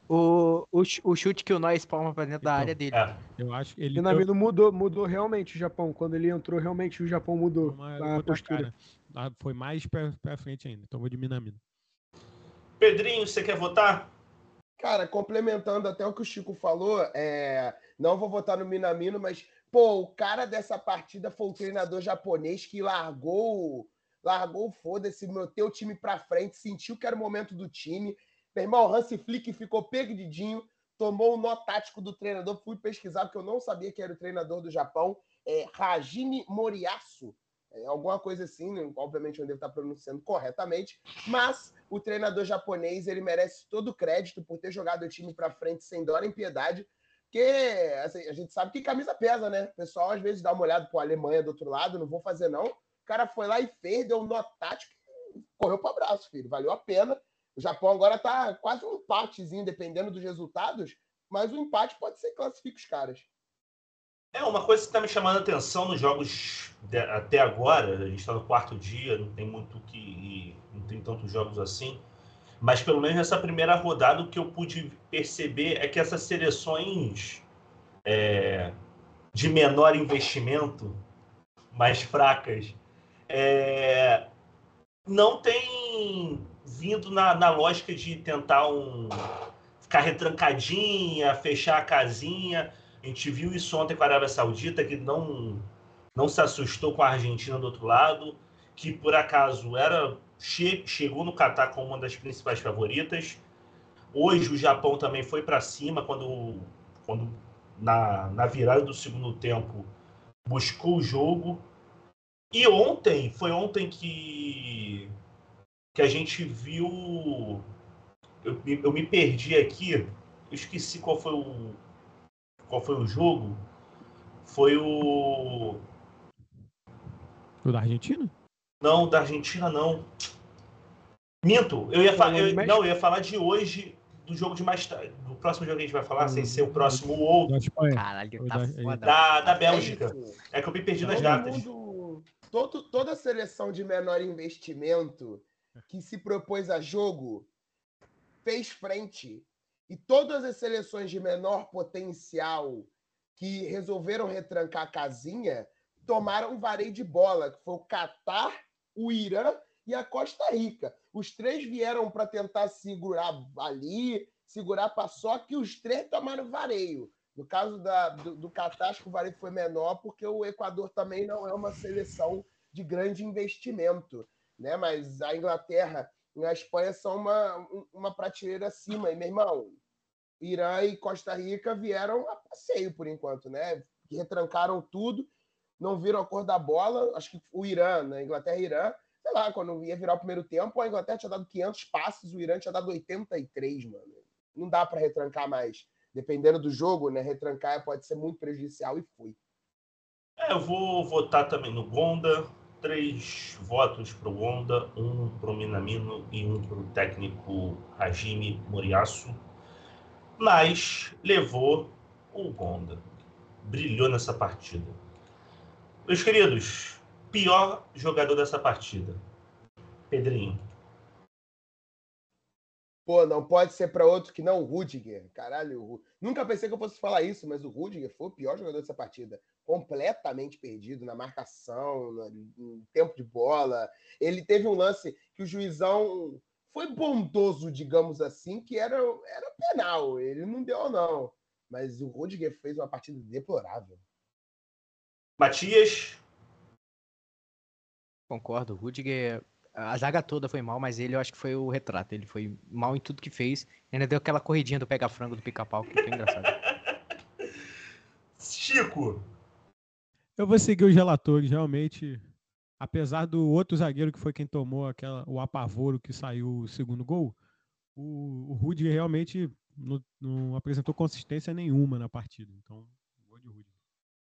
O chute que o Nós palma pra dentro da Então, área dele. Eu acho que ele deu Minamino mudou realmente o Japão. Quando ele entrou, realmente o Japão mudou uma a outra postura. cara. Foi mais pra frente ainda. Então vou de Minamino. Pedrinho, você quer votar? Cara, complementando até o que o Chico falou, não vou votar no Minamino, mas, pô, o cara dessa partida foi o treinador japonês que largou o foda-se, meteu o time pra frente, sentiu que era o momento do time. Meu irmão, o Hansi Flick ficou perdidinho, tomou o nó tático do treinador, fui pesquisar porque eu não sabia que era o treinador do Japão, Hajime Moriyasu, alguma coisa assim, né? Obviamente eu não devo estar pronunciando corretamente, mas o treinador japonês ele merece todo o crédito por ter jogado o time para frente sem dó nem piedade, porque assim, a gente sabe que camisa pesa, né? O pessoal às vezes dá uma olhada para a Alemanha do outro lado, não vou fazer não. O cara foi lá e fez, deu um nó tático, correu para o abraço, filho, valeu a pena. O Japão agora tá quase um empatezinho, dependendo dos resultados, mas o empate pode ser que classifique os caras. Uma coisa que está me chamando a atenção nos jogos até agora, a gente está no 4º dia, não tem não tem tantos jogos assim, mas pelo menos nessa primeira rodada o que eu pude perceber é que essas seleções de menor investimento, mais fracas, não tem vindo na lógica de tentar ficar retrancadinha, fechar a casinha. A gente viu isso ontem com a Arábia Saudita, que não se assustou com a Argentina do outro lado, que por acaso chegou no Catar como uma das principais favoritas. Hoje o Japão também foi para cima quando na virada do segundo tempo buscou o jogo. E foi ontem que a gente viu. Eu me perdi aqui, eu esqueci qual foi o jogo. Foi o. O da Argentina? Não, da Argentina não. Minto, eu ia falar de hoje, do jogo de mais tarde. Do próximo jogo que a gente vai falar, sem ser o próximo ou outro. Da Espanha. Caralho, tá foda. Da Bélgica. É que eu me perdi nas datas. Toda seleção de menor investimento que se propôs a jogo fez frente. E todas as seleções de menor potencial que resolveram retrancar a casinha tomaram um vareio de bola, que foi o Catar, o Irã e a Costa Rica. Os três vieram para tentar segurar ali, segurar paçoca, e os três tomaram vareio. No caso do Catar, acho que o vareio foi menor, porque o Equador também não é uma seleção de grande investimento, né? Mas a Inglaterra e a Espanha são uma prateleira acima. E, meu irmão, Irã e Costa Rica vieram a passeio, por enquanto, né? Que retrancaram tudo, não viram a cor da bola. Acho que o Irã, né? Inglaterra e Irã, sei lá, quando ia virar o primeiro tempo, a Inglaterra tinha dado 500 passes, o Irã tinha dado 83, mano. Não dá para retrancar mais. Dependendo do jogo, né? Retrancar pode ser muito prejudicial e foi. Eu vou votar também no Gonda. 3 votos para o Gonda, 1 para o Minamino e 1 para o técnico Hajime Moriyasu. Mas levou o Gonda. Brilhou nessa partida. Meus queridos, pior jogador dessa partida. Pedrinho. Pô, não pode ser para outro que não o Rudiger. Caralho, nunca pensei que eu fosse falar isso, mas o Rudiger foi o pior jogador dessa partida. Completamente perdido na marcação, no tempo de bola. Ele teve um lance que o juizão foi bondoso, digamos assim, que era penal. Ele não deu, não. Mas o Rudiger fez uma partida deplorável. Matias. Concordo, o Rudiger, a zaga toda foi mal, mas ele eu acho que foi o retrato. Ele foi mal em tudo que fez. Ainda deu aquela corridinha do pega-frango do pica-pau, que foi engraçado. Chico. Eu vou seguir os relatores, realmente. Apesar do outro zagueiro que foi quem tomou o apavoro que saiu o segundo gol, o Rudiger realmente não apresentou consistência nenhuma na partida. Então, vou de Rudiger.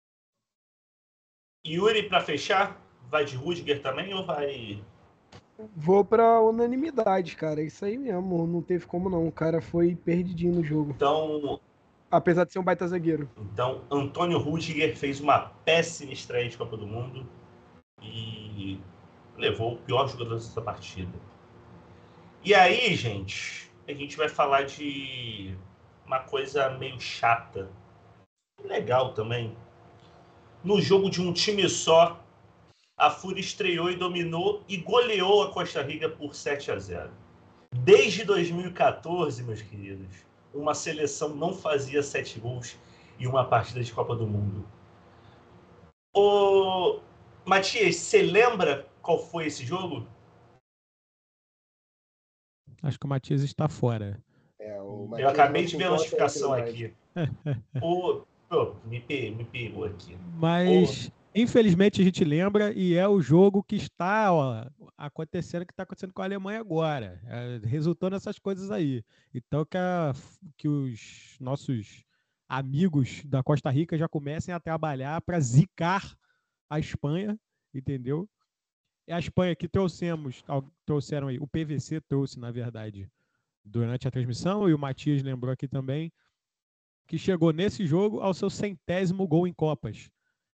Yuri, para fechar, vai de Rudiger também ou vai... Vou pra unanimidade, cara. Isso aí mesmo. Não teve como não. O cara foi perdidinho no jogo. Então, Apesar de ser um baita zagueiro. Então, Antônio Rudiger fez uma péssima estreia de Copa do Mundo e levou o pior jogador dessa partida. E aí, gente, a gente vai falar de uma coisa meio chata. Legal também. No jogo de um time só, a Fúria estreou e dominou e goleou a Costa Rica por 7-0. Desde 2014, meus queridos, uma seleção não fazia 7 gols em uma partida de Copa do Mundo. Ô, Matias, você lembra qual foi esse jogo? Acho que o Matias está fora. Eu acabei de ver a notificação aqui. Me pegou aqui. Mas, infelizmente, a gente lembra e é o jogo que está acontecendo, que está acontecendo com a Alemanha agora. Resultou nessas coisas aí. Então, que os nossos amigos da Costa Rica já comecem a trabalhar para zicar a Espanha, entendeu? É a Espanha que trouxeram aí, o PVC trouxe, na verdade, durante a transmissão, e o Matias lembrou aqui também, que chegou nesse jogo ao seu 100º gol em Copas.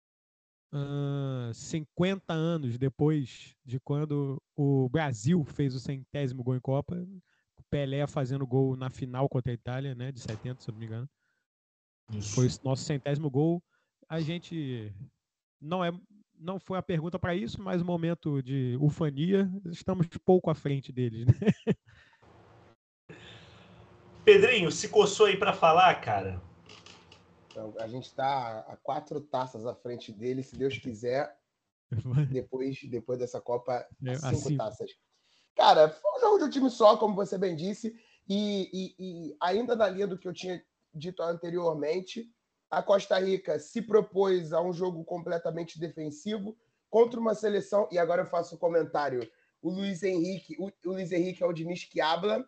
50 anos depois de quando o Brasil fez o 100º gol em Copa, o Pelé fazendo gol na final contra a Itália, né, de 70, se eu não me engano. Isso. Foi o nosso 100º gol. A gente não foi a pergunta para isso, mas um momento de ufania, estamos pouco à frente deles, né? Pedrinho, se coçou aí para falar, cara? Então, a gente está a 4 taças à frente dele, se Deus quiser, depois dessa Copa, 5 taças. Cara, foi um jogo de um time só, como você bem disse, e ainda na linha do que eu tinha dito anteriormente, a Costa Rica se propôs a um jogo completamente defensivo contra uma seleção, e agora eu faço um comentário, o Luiz Henrique é o Diniz que habla,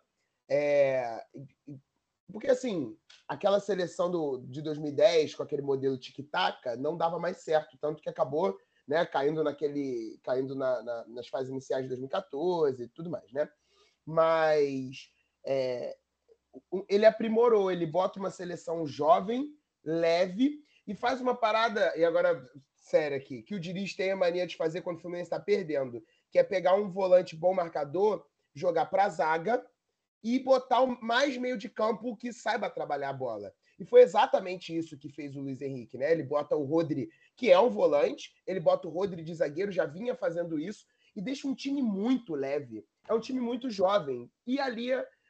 porque assim, aquela seleção de 2010, com aquele modelo tic-tac, não dava mais certo, tanto que acabou, né, caindo nas fases iniciais de 2014 e tudo mais, né? Mas ele aprimorou, ele bota uma seleção jovem, leve, e faz uma parada, e agora, sério aqui, que o Diniz tem a mania de fazer quando o Fluminense está perdendo, que é pegar um volante bom marcador, jogar para a zaga, e botar mais meio de campo que saiba trabalhar a bola. E foi exatamente isso que fez o Luiz Henrique, né? Ele bota o Rodri, que é um volante, ele bota o Rodri de zagueiro, já vinha fazendo isso, e deixa um time muito leve. É um time muito jovem. E ali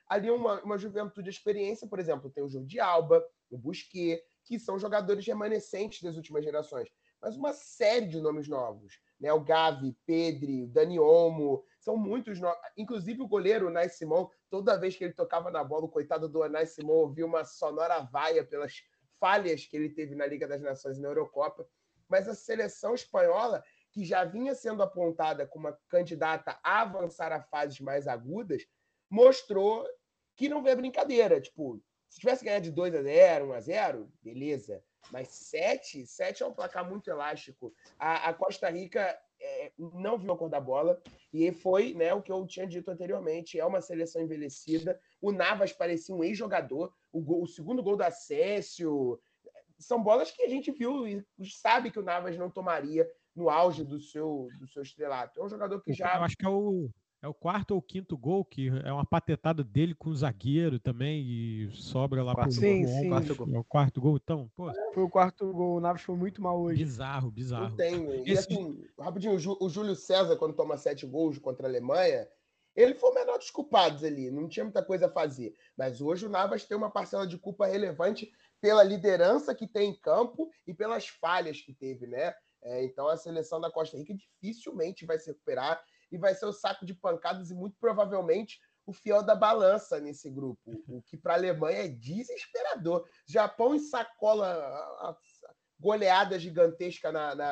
uma juventude de experiência, por exemplo, tem o Jordi Alba, o Busquets, que são jogadores remanescentes das últimas gerações. Mas uma série de nomes novos, né? O Gavi, Pedri, o Dani Olmo, são muitos novos. Inclusive o goleiro, o Unai Simão, toda vez que ele tocava na bola, o coitado do Unai Simão ouvia uma sonora vaia pelas falhas que ele teve na Liga das Nações e na Eurocopa. Mas a seleção espanhola, que já vinha sendo apontada como uma candidata a avançar a fases mais agudas, mostrou que não vê brincadeira. Tipo, se tivesse ganhado de 2-0, 1-0, beleza. Mas 7 é um placar muito elástico. A Costa Rica não viu a cor da bola e foi, né, o que eu tinha dito anteriormente, é uma seleção envelhecida. O Navas parecia um ex-jogador. O segundo gol do Asensio são bolas que a gente viu e sabe que o Navas não tomaria no auge do seu estrelato. É um jogador que já... Eu acho que é o quarto ou quinto gol, que é uma patetada dele com o zagueiro também, e sobra lá pro quarto gol. É o quarto gol, então? Pô. Foi o quarto gol, o Navas foi muito mal hoje. Bizarro. Não tem. E assim, rapidinho, o Júlio César, quando toma 7 gols contra a Alemanha, ele foi o menor dos culpados ali, não tinha muita coisa a fazer. Mas hoje o Navas tem uma parcela de culpa relevante pela liderança que tem em campo e pelas falhas que teve, né? Então a seleção da Costa Rica dificilmente vai se recuperar e vai ser o saco de pancadas e muito provavelmente o fiel da balança nesse grupo, o que para a Alemanha é desesperador. Japão ensacola a goleada gigantesca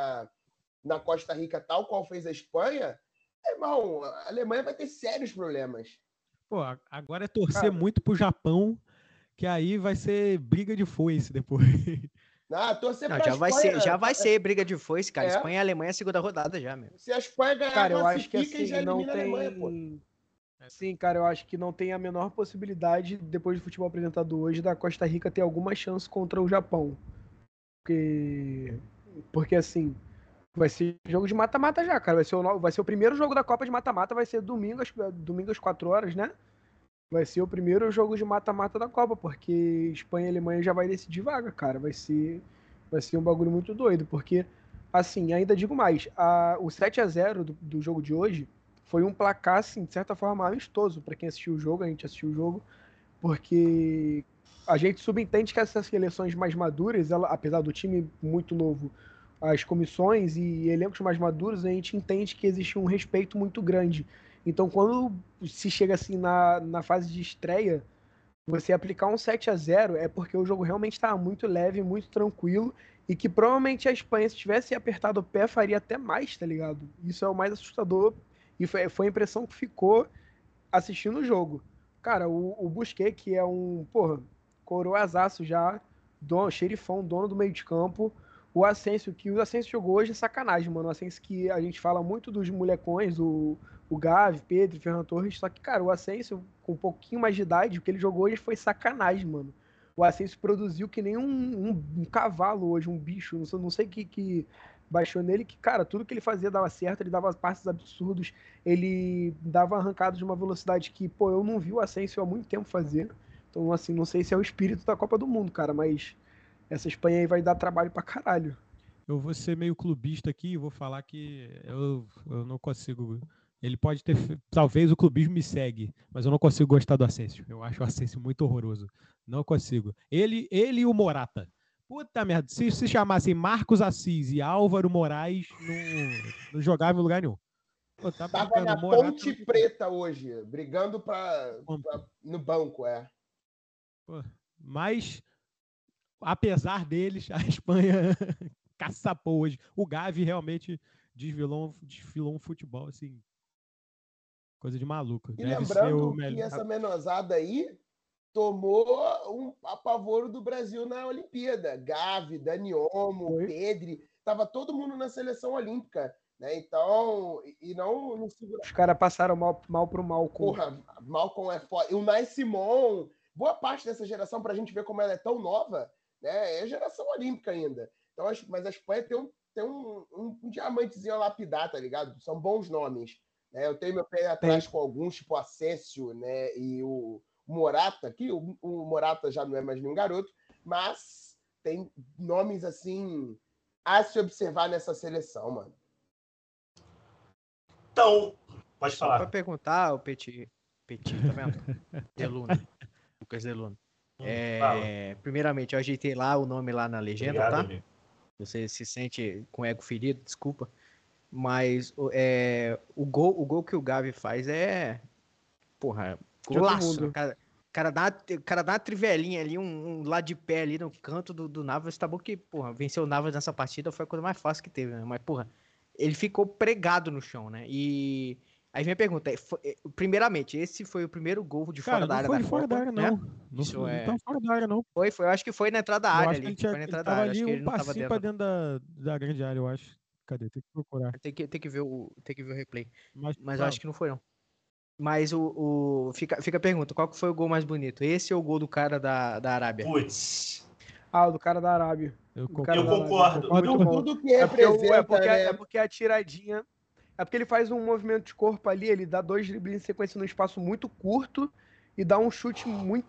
na Costa Rica, tal qual fez a Espanha, irmão, a Alemanha vai ter sérios problemas. Pô, agora é torcer muito pro Japão, que aí vai ser briga de foice depois. Torcer não, pra já Espanha, já vai ser briga de foice, cara. Espanha e Alemanha é a segunda rodada já, meu. Se a Espanha ganhar, cara, eu acho que assim, já não elimina tem... a Alemanha, pô. Sim, cara, eu acho que não tem a menor possibilidade, depois do futebol apresentado hoje, da Costa Rica ter alguma chance contra o Japão. Porque assim, vai ser jogo de mata-mata já, cara. Vai ser o primeiro jogo da Copa de mata-mata, vai ser domingo às 4 horas, né? Vai ser o primeiro jogo de mata-mata da Copa, porque Espanha e Alemanha já vai decidir vaga, cara. Vai ser um bagulho muito doido, porque, assim, ainda digo mais, o 7-0 do jogo de hoje foi um placar, assim, de certa forma, amistoso para quem assistiu o jogo, a gente assistiu o jogo, porque a gente subentende que essas seleções mais maduras, apesar do time muito novo, as comissões e elencos mais maduros, a gente entende que existe um respeito muito grande. Então, quando se chega assim na fase de estreia, você aplicar um 7-0 é porque o jogo realmente estava muito leve, muito tranquilo, e que provavelmente a Espanha, se tivesse apertado o pé, faria até mais, tá ligado? Isso é o mais assustador, e foi a impressão que ficou assistindo o jogo. Cara, o Busquets, que é um, porra, coroazaço já, xerifão, dono do meio de campo. O Asensio, que o Asensio jogou hoje é sacanagem, mano. O Asensio que a gente fala muito dos molecões, o Gavi, Pedro, Ferran Torres, só que, cara, o Asensio, com um pouquinho mais de idade, o que ele jogou hoje foi sacanagem, mano. O Asensio produziu que nem um cavalo hoje, um bicho, não sei o que baixou nele, que, cara, tudo que ele fazia dava certo, ele dava passes absurdos, ele dava arrancadas de uma velocidade que, pô, eu não vi o Asensio há muito tempo fazer. Então, assim, não sei se é o espírito da Copa do Mundo, cara, mas essa Espanha aí vai dar trabalho pra caralho. Eu vou ser meio clubista aqui e vou falar que eu não consigo. Ele pode ter. Talvez o clubismo me segue, mas eu não consigo gostar do Asensio. Eu acho o Asensio muito horroroso. Não consigo. Ele e o Morata. Puta merda. Se chamassem Marcos Assis e Álvaro Moraes, não jogava em lugar nenhum. Pô, tá Tava brincando, na o Morata Ponte Preta hoje, brigando no banco, Pô, mas, apesar deles, a Espanha caçapou hoje. O Gavi realmente desfilou um futebol, assim, coisa de maluco. E Deve ser o lembrando melhor. que essa menosada aí tomou um apavoro do Brasil na Olimpíada. Gavi, Dani Olmo, Pedri, tava todo mundo na seleção olímpica, né? Então, e não segura. Os caras passaram mal pro Malcom. Porra, Malcom é foda. E o Nai Simon, boa parte dessa geração, pra gente ver como ela é tão nova, né? É geração olímpica ainda. Então, mas a Espanha tem um diamantezinho a lapidar, tá ligado? São bons nomes. Né? Eu tenho meu pé atrás com alguns, tipo Asensio, né? E o Morata, que o Morata já não é mais nenhum garoto, mas tem nomes assim a se observar nessa seleção, mano. Então, pode falar. Só pra perguntar, o Petit, tá vendo? Deluna, Lucas Deluna. Primeiramente, eu ajeitei lá o nome lá na legenda, Obrigado, tá? Amigo. Você se sente com ego ferido, desculpa. Mas o gol que o Gavi faz é... Porra, golaço. O cara dá uma trivelinha ali, um lado de pé ali no canto do Navas. Tá bom que, porra, vencer o Navas nessa partida foi a coisa mais fácil que teve, né? Mas, porra, ele ficou pregado no chão, né? E aí vem a pergunta. Primeiramente, esse foi o primeiro gol de fora da área da Copa, não foi de fora da área, não. Né? Não tá fora da área, não. Foi, eu acho que foi na entrada da área ali. Ele tava ali um passinho pra dentro da grande área, eu acho. Cadê? Tem que procurar. Tem que ver o replay. Mas claro, eu acho que não foi, não. Mas fica a pergunta, qual que foi o gol mais bonito? Esse ou o gol do cara da Arábia? Putz. O do cara da Arábia. Eu concordo. Tudo que representa, é porque a tiradinha... É porque ele faz um movimento de corpo ali, ele dá 2 dribles em sequência num espaço muito curto e dá um chute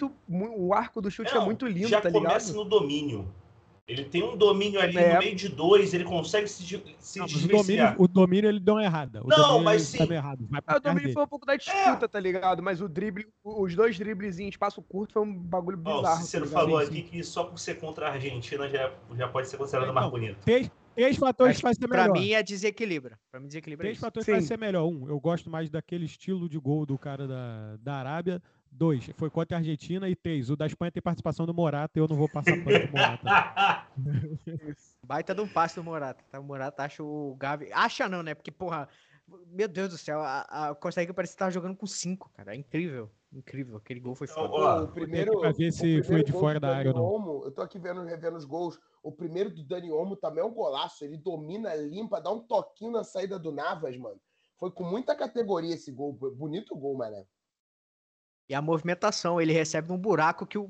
o arco do chute é muito lindo, tá ligado? Já começa no domínio. Ele tem um domínio ali no meio de 2, ele consegue se desvencilhar. O domínio ele deu uma errada. Mas sim. Errado. O domínio foi um pouco da disputa, tá ligado? Mas o drible, os 2 dribles em espaço curto foi um bagulho bizarro. O Cícero falou aqui que só por ser contra a Argentina já pode ser considerado mais bonito. Três fatores faz ser melhor. Pra mim é desequilíbrio. Três fatores faz ser melhor. Eu gosto mais daquele estilo de gol do cara da Arábia. 2, foi contra a Argentina. E 3, o da Espanha tem participação do Morata e eu não vou passar pano pro Morata. Baita de um passe do Morata. Tá? O Morata acha o Gavi... Acha não, né? Porque, porra, meu Deus do céu, a Costa Rica parece que tava jogando com 5, cara. É incrível. Incrível. Aquele gol foi foda. O primeiro, pra ver se foi de fora da área ou não. Eu tô aqui revendo os gols. O primeiro do Dani Olmo também é um golaço. Ele domina, limpa, dá um toquinho na saída do Navas, mano. Foi com muita categoria esse gol. Bonito gol, mané. E a movimentação, ele recebe num buraco que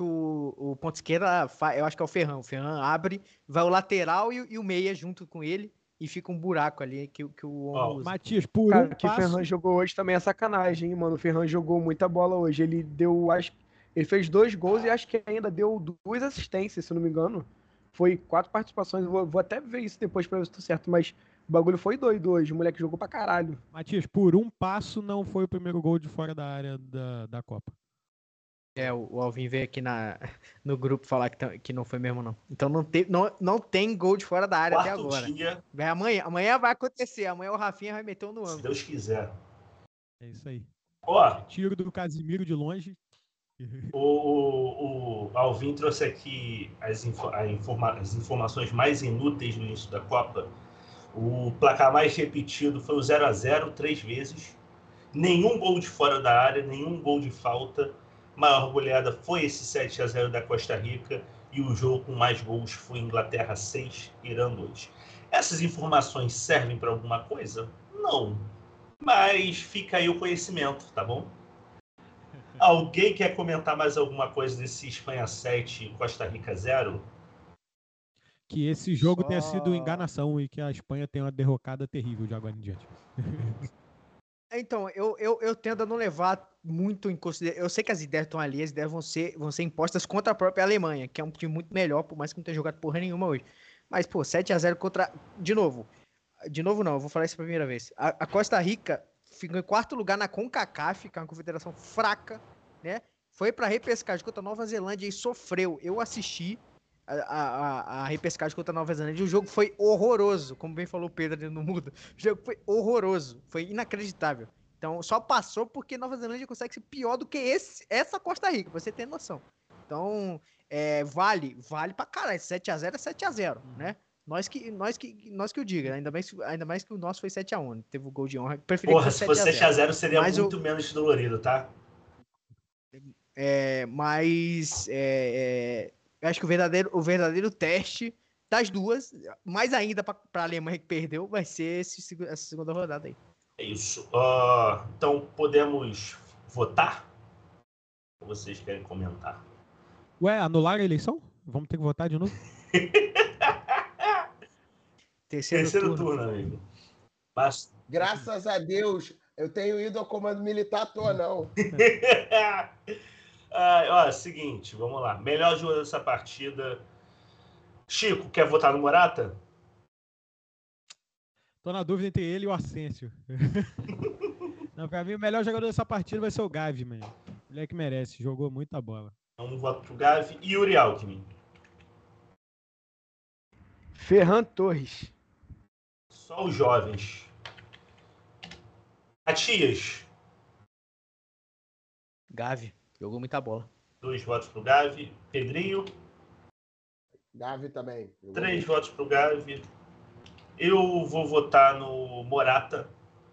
o ponto esquerda faz, eu acho que é o Ferran. O Ferran abre, vai o lateral e o meia junto com ele. e fica um buraco ali que o Olmo usa. Matias, por Cara, um que o Ferran passo... jogou hoje também é sacanagem, hein, mano. O Ferran jogou muita bola hoje. Ele deu, ele fez 2 gols e acho que ainda deu 2 assistências, se não me engano. Foi 4 participações. Vou até ver isso depois pra ver se tô certo, mas o bagulho foi doido hoje. O moleque jogou pra caralho. Matias, por um passo não foi o primeiro gol de fora da área da Copa. O Alvin veio aqui no grupo falar que não foi mesmo, não. Então não tem gol de fora da área até agora. Dia, amanhã vai acontecer. Amanhã o Rafinha vai meter um no ângulo. Se Deus quiser. É isso aí. Ó, tiro do Casimiro de longe. O Alvin trouxe aqui as informações mais inúteis no início da Copa. O placar mais repetido foi o 0-0 3 vezes. Nenhum gol de fora da área, nenhum gol de falta. Maior goleada foi esse 7-0 da Costa Rica. E o jogo com mais gols foi Inglaterra 6, Irã 2. Essas informações servem para alguma coisa? Não. Mas fica aí o conhecimento, tá bom? Alguém quer comentar mais alguma coisa desse Espanha 7 e Costa Rica 0? Que esse jogo tenha sido enganação e que a Espanha tenha uma derrocada terrível de agora em diante. Então, eu tendo a não levar muito em consideração. Eu sei que as ideias estão ali, as ideias vão ser impostas contra a própria Alemanha, que é um time muito melhor, por mais que não tenha jogado porra nenhuma hoje. Mas, pô, 7-0 contra. De novo não, eu vou falar isso pela primeira vez. A Costa Rica ficou em 4º lugar na CONCACAF, que é uma confederação fraca, né? Foi pra repescagem contra a Nova Zelândia e sofreu. Eu assisti a repescagem contra a Nova Zelândia e o jogo foi horroroso, como bem falou o Pedro ali no mudo. O jogo foi horroroso, foi inacreditável. Então, só passou porque Nova Zelândia consegue ser pior do que essa Costa Rica, pra você ter noção. Então, vale pra caralho. 7-0 é 7-0, né? Nós que o diga, ainda mais que o nosso foi 7-1, teve o gol de honra. Porra, se fosse 7-0 seria muito menos dolorido, tá? Eu acho que o verdadeiro teste das duas, mais ainda para a Alemanha que perdeu, vai ser essa segunda rodada aí. É isso. Então, podemos votar? Ou vocês querem comentar? Ué, anular a eleição? Vamos ter que votar de novo? Terceiro turno, amigo. Mas... Graças a Deus, eu tenho ido ao comando militar à toa, não. Seguinte, vamos lá. Melhor jogador dessa partida. Chico, quer votar no Morata? Tô na dúvida entre ele e o Asensio. Não, pra mim, o melhor jogador dessa partida vai ser o Gavi, mano. O moleque merece, jogou muita bola. Um voto pro Gavi. E Yuri Alckmin? Ferran Torres. Só os jovens. Matias? Gavi, jogou muita bola. 2 votos pro Gavi. Pedrinho? Gavi também. 3 votos pro Gavi. Eu vou votar no Morata.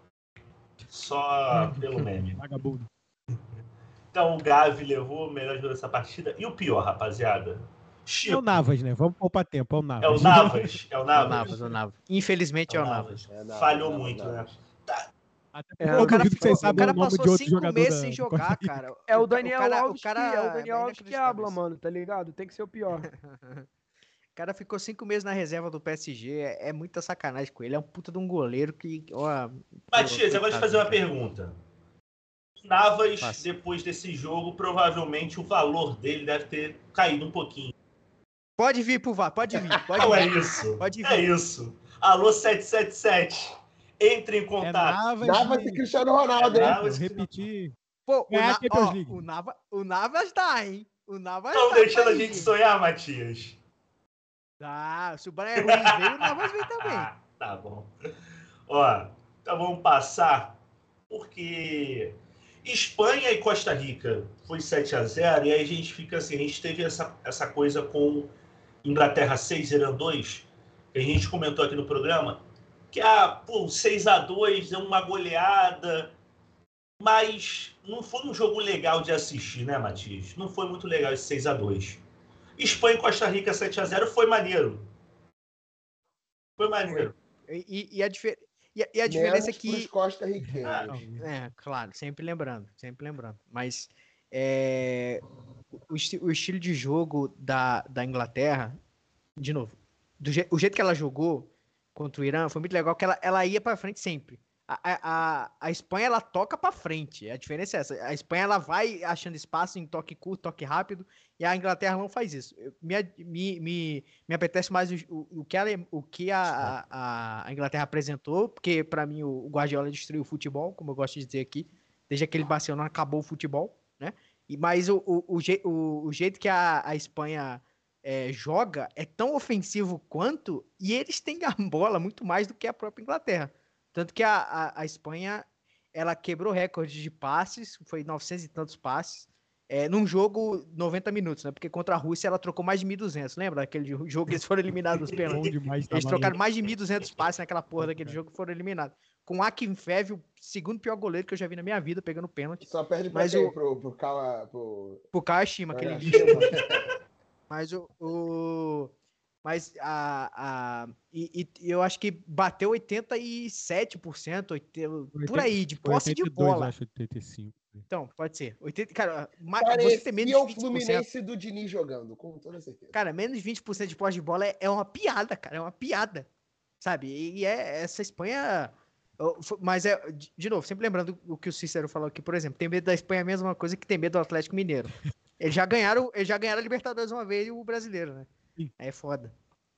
Só pelo meme. Vagabundo. Então o Gavi levou o melhor jogador dessa partida. E o pior, rapaziada? Chico. É o Navas, né? Vamos poupar tempo, é o Navas. É o Navas. Infelizmente é o Navas. Falhou muito, né? O cara passou 5 meses sem jogar, cara. É o Daniel Alves que habla, mano, tá ligado? Tem que ser o pior. O cara ficou 5 meses na reserva do PSG, é muita sacanagem com ele. É um puta de um goleiro que... Matias, eu vou te fazer uma pergunta. Navas, depois desse jogo, provavelmente o valor dele deve ter caído um pouquinho. Pode vir pro VAR, pode vir. Não é isso. Pode vir. É isso. Alô, 777. Entre em contato. Navas e Cristiano Ronaldo, hein? Eu repeti. Pô, o Navas dá, hein? O Navas Estão dá. deixando a gente sonhar, Matias? Se o Brian Ruiz veio, o Navas veio também. Tá bom. Então vamos passar, porque Espanha e Costa Rica foi 7-0, e aí a gente fica assim, a gente teve essa coisa com Inglaterra 6, Irã 2, que a gente comentou aqui no programa, que 6-2 é uma goleada, mas não foi um jogo legal de assistir, né, Matias? Não foi muito legal esse 6-2. Espanha e Costa Rica 7-0 foi maneiro. Foi maneiro. E a diferença é que... costarriquenhos. Claro, sempre lembrando. Mas o estilo de jogo da Inglaterra, de novo, o jeito que ela jogou, contra o Irã foi muito legal, que ela ia pra frente sempre. A Espanha, ela toca pra frente. A diferença é essa. A Espanha, ela vai achando espaço em toque curto, toque rápido, e a Inglaterra não faz isso. Me apetece mais o que a Inglaterra apresentou, porque pra mim o Guardiola destruiu o futebol, como eu gosto de dizer aqui. Desde aquele Barcelona acabou o futebol, né? Mas o jeito que a Espanha joga é tão ofensivo quanto, e eles têm a bola muito mais do que a própria Inglaterra. Tanto que a Espanha, ela quebrou recorde de passes, foi 900 e tantos passes, num jogo 90 minutos, né? Porque contra a Rússia ela trocou mais de 1.200, lembra? Aquele jogo que eles foram eliminados nos pênaltis. Eles trocaram mais de 1.200 passes naquela porra daquele jogo e foram eliminados. Com o Akinfev, o segundo pior goleiro que eu já vi na minha vida, pegando pênalti. Só perde pra quem? Pro Kawashima, aquele Kawashima. lixo. Mas eu acho que bateu 87%, por aí, de posse 82, de bola. Acho 85. Então, pode ser. 80, cara, você ter menos Parecia de o 20%. Fluminense do Diniz jogando, com toda certeza. Cara, menos de 20% de posse de bola é uma piada, cara. É uma piada. Sabe? E essa Espanha. Mas de novo, sempre lembrando o que o Cícero falou aqui, por exemplo, tem medo da Espanha é a mesma coisa que tem medo do Atlético Mineiro. Eles já ganharam a Libertadores uma vez e o brasileiro, né? Sim. É foda.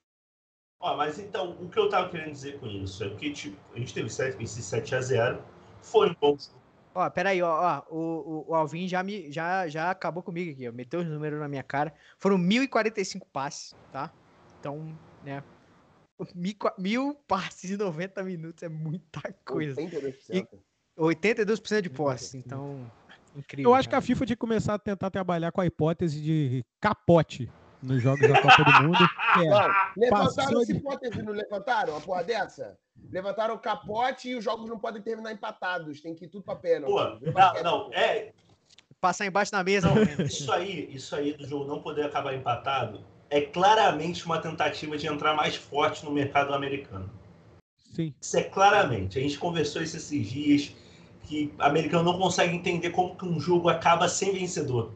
Mas então, o que eu tava querendo dizer com isso é que, tipo, a gente teve esse 7-0, foi um bom jogo. Peraí, o Alvin já acabou comigo aqui, ó, meteu os números na minha cara. Foram 1.045 passes, tá? Então, né, 1.000 passes em 90 minutos é muita coisa. 82%. 82% de posse, então, incrível. Eu acho que a FIFA tinha que começar a tentar trabalhar com a hipótese de capote nos jogos da Copa do Mundo. Não, levantaram essa hipótese, não levantaram? Uma porra dessa? Levantaram o capote e os jogos não podem terminar empatados. Tem que ir tudo pra pênalti. Não, passar embaixo da mesa. Não, isso aí do jogo não poder acabar empatado é claramente uma tentativa de entrar mais forte no mercado americano. Sim. Isso é claramente. A gente conversou isso esses dias, que o americano não consegue entender como que um jogo acaba sem vencedor.